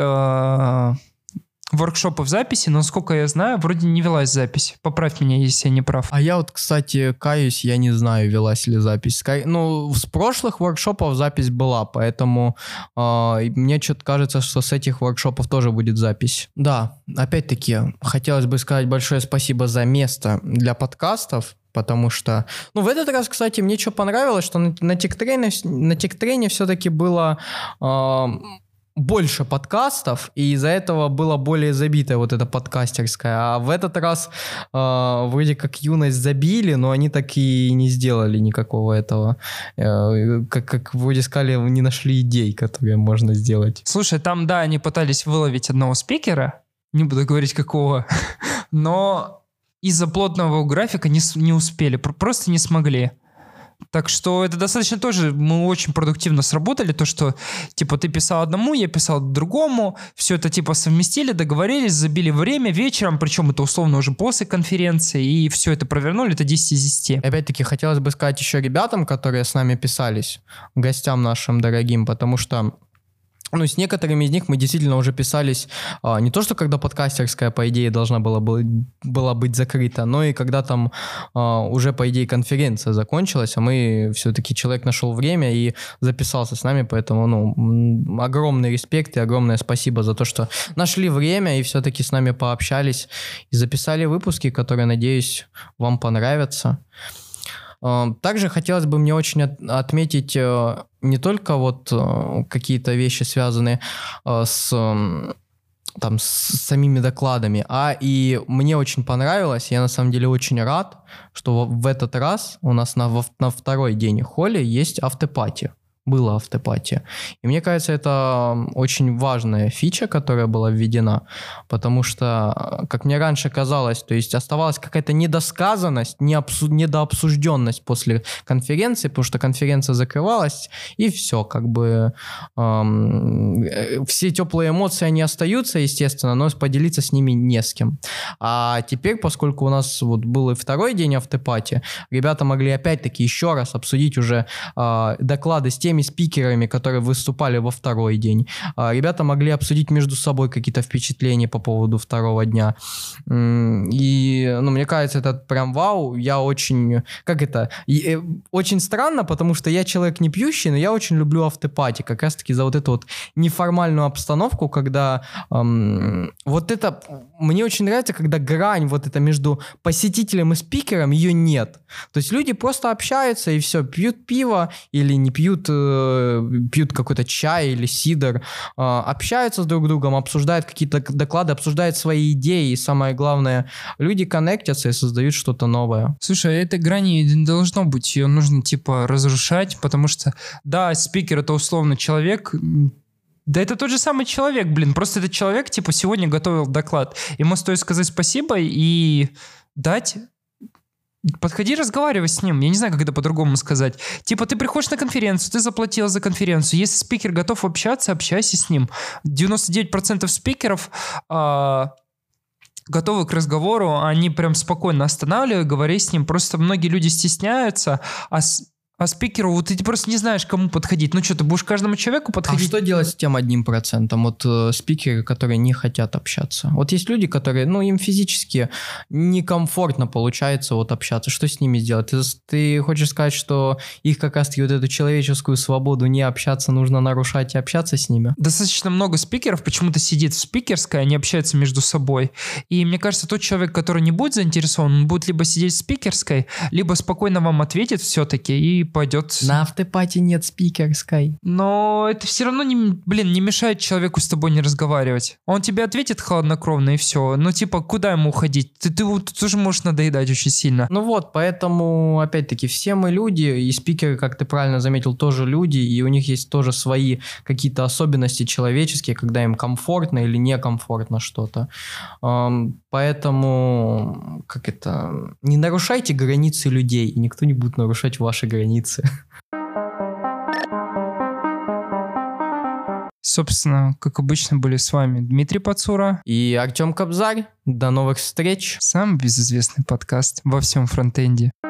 воркшопы в записи, но, насколько я знаю, вроде не велась запись. Поправь меня, если я не прав. А я вот, кстати, каюсь, я не знаю, велась ли запись. Ну, с прошлых воркшопов запись была, поэтому мне что-то кажется, что с этих воркшопов тоже будет запись. Да, опять-таки, хотелось бы сказать большое спасибо за место для подкастов, потому что... Ну, в этот раз, кстати, мне что понравилось, что на Тектрене все-таки было... больше подкастов, и из-за этого было более забитая вот эта подкастерская. А в этот раз вроде как юность забили, но они так и не сделали никакого этого. Как вроде сказали, не нашли идей, которые можно сделать. Слушай, там, да, они пытались выловить одного спикера, не буду говорить какого, но из-за плотного графика не успели, просто не смогли. Так что это достаточно тоже, мы очень продуктивно сработали, то, что, типа, ты писал одному, я писал другому, все это, типа, совместили, договорились, забили время вечером, причем это условно уже после конференции, и все это провернули, это 10 из 10. Опять-таки, хотелось бы сказать еще ребятам, которые с нами писались, гостям нашим дорогим, потому что ну, с некоторыми из них мы действительно уже писались не то, что когда подкастерская, по идее, должна была быть закрыта, но и когда там уже, по идее, конференция закончилась, а мы все-таки, человек нашел время и записался с нами, поэтому, ну, огромный респект и огромное спасибо за то, что нашли время и все-таки с нами пообщались и записали выпуски, которые, надеюсь, вам понравятся. Также хотелось бы мне очень отметить не только вот какие-то вещи, связанные с самими докладами, а и мне очень понравилось, я на самом деле очень рад, что в этот раз у нас на второй день Холли есть автопати. Была автопатия. И мне кажется, это очень важная фича, которая была введена, потому что, как мне раньше казалось, то есть оставалась какая-то недосказанность, недообсужденность после конференции, потому что конференция закрывалась, и все, как бы все теплые эмоции, они остаются, естественно, но поделиться с ними не с кем. А теперь, поскольку у нас вот был и второй день автопати, ребята могли опять-таки еще раз обсудить уже доклады с теми теми спикерами, которые выступали во второй день. Ребята могли обсудить между собой какие-то впечатления по поводу второго дня. И, мне кажется, это прям вау. Я очень... очень странно, потому что я человек не пьющий, но я очень люблю автопати. Как раз-таки за вот эту вот неформальную обстановку, когда вот это... Мне очень нравится, когда грань вот это между посетителем и спикером, ее нет. То есть люди просто общаются и все, пьют пиво или не пьют, пьют какой-то чай или сидр, общаются с друг другом, обсуждают какие-то доклады, обсуждают свои идеи, и самое главное, люди коннектятся и создают что-то новое. Слушай, этой грани не должно быть, ее нужно типа разрушать, потому что, да, спикер это условно человек. Да это тот же самый человек, просто этот человек, типа, сегодня готовил доклад. Ему стоит сказать спасибо и дать... Подходи, разговаривай с ним. Я не знаю, как это по-другому сказать. Типа, ты приходишь на конференцию, ты заплатил за конференцию. Если спикер готов общаться, общайся с ним. 99% спикеров... готовы к разговору, они прям спокойно останавливают, говори с ним. Просто многие люди стесняются, а спикеру вот ты просто не знаешь, кому подходить. Ну что, ты будешь каждому человеку подходить? А что делать с тем 1%? Вот спикеры, которые не хотят общаться. Вот есть люди, которые, им физически некомфортно получается вот общаться. Что с ними сделать? Ты хочешь сказать, что их как раз-таки вот эту человеческую свободу не общаться нужно нарушать и общаться с ними? Достаточно много спикеров почему-то сидит в спикерской, они общаются между собой. И мне кажется, тот человек, который не будет заинтересован, он будет либо сидеть в спикерской, либо спокойно вам ответит все-таки и пойдет... На автопати нет спикерской. Но это все равно не мешает человеку с тобой не разговаривать. Он тебе ответит хладнокровно и все. Куда ему уходить? Ты тоже можешь надоедать очень сильно. Поэтому, опять-таки, все мы люди, и спикеры, как ты правильно заметил, тоже люди, и у них есть тоже свои какие-то особенности человеческие, когда им комфортно или некомфортно что-то. Поэтому, не нарушайте границы людей, и никто не будет нарушать ваши границы. Собственно, как обычно, были с вами Дмитрий Пацура и Артем Кобзарь. До новых встреч. Самый безызвестный подкаст во всем фронтенде.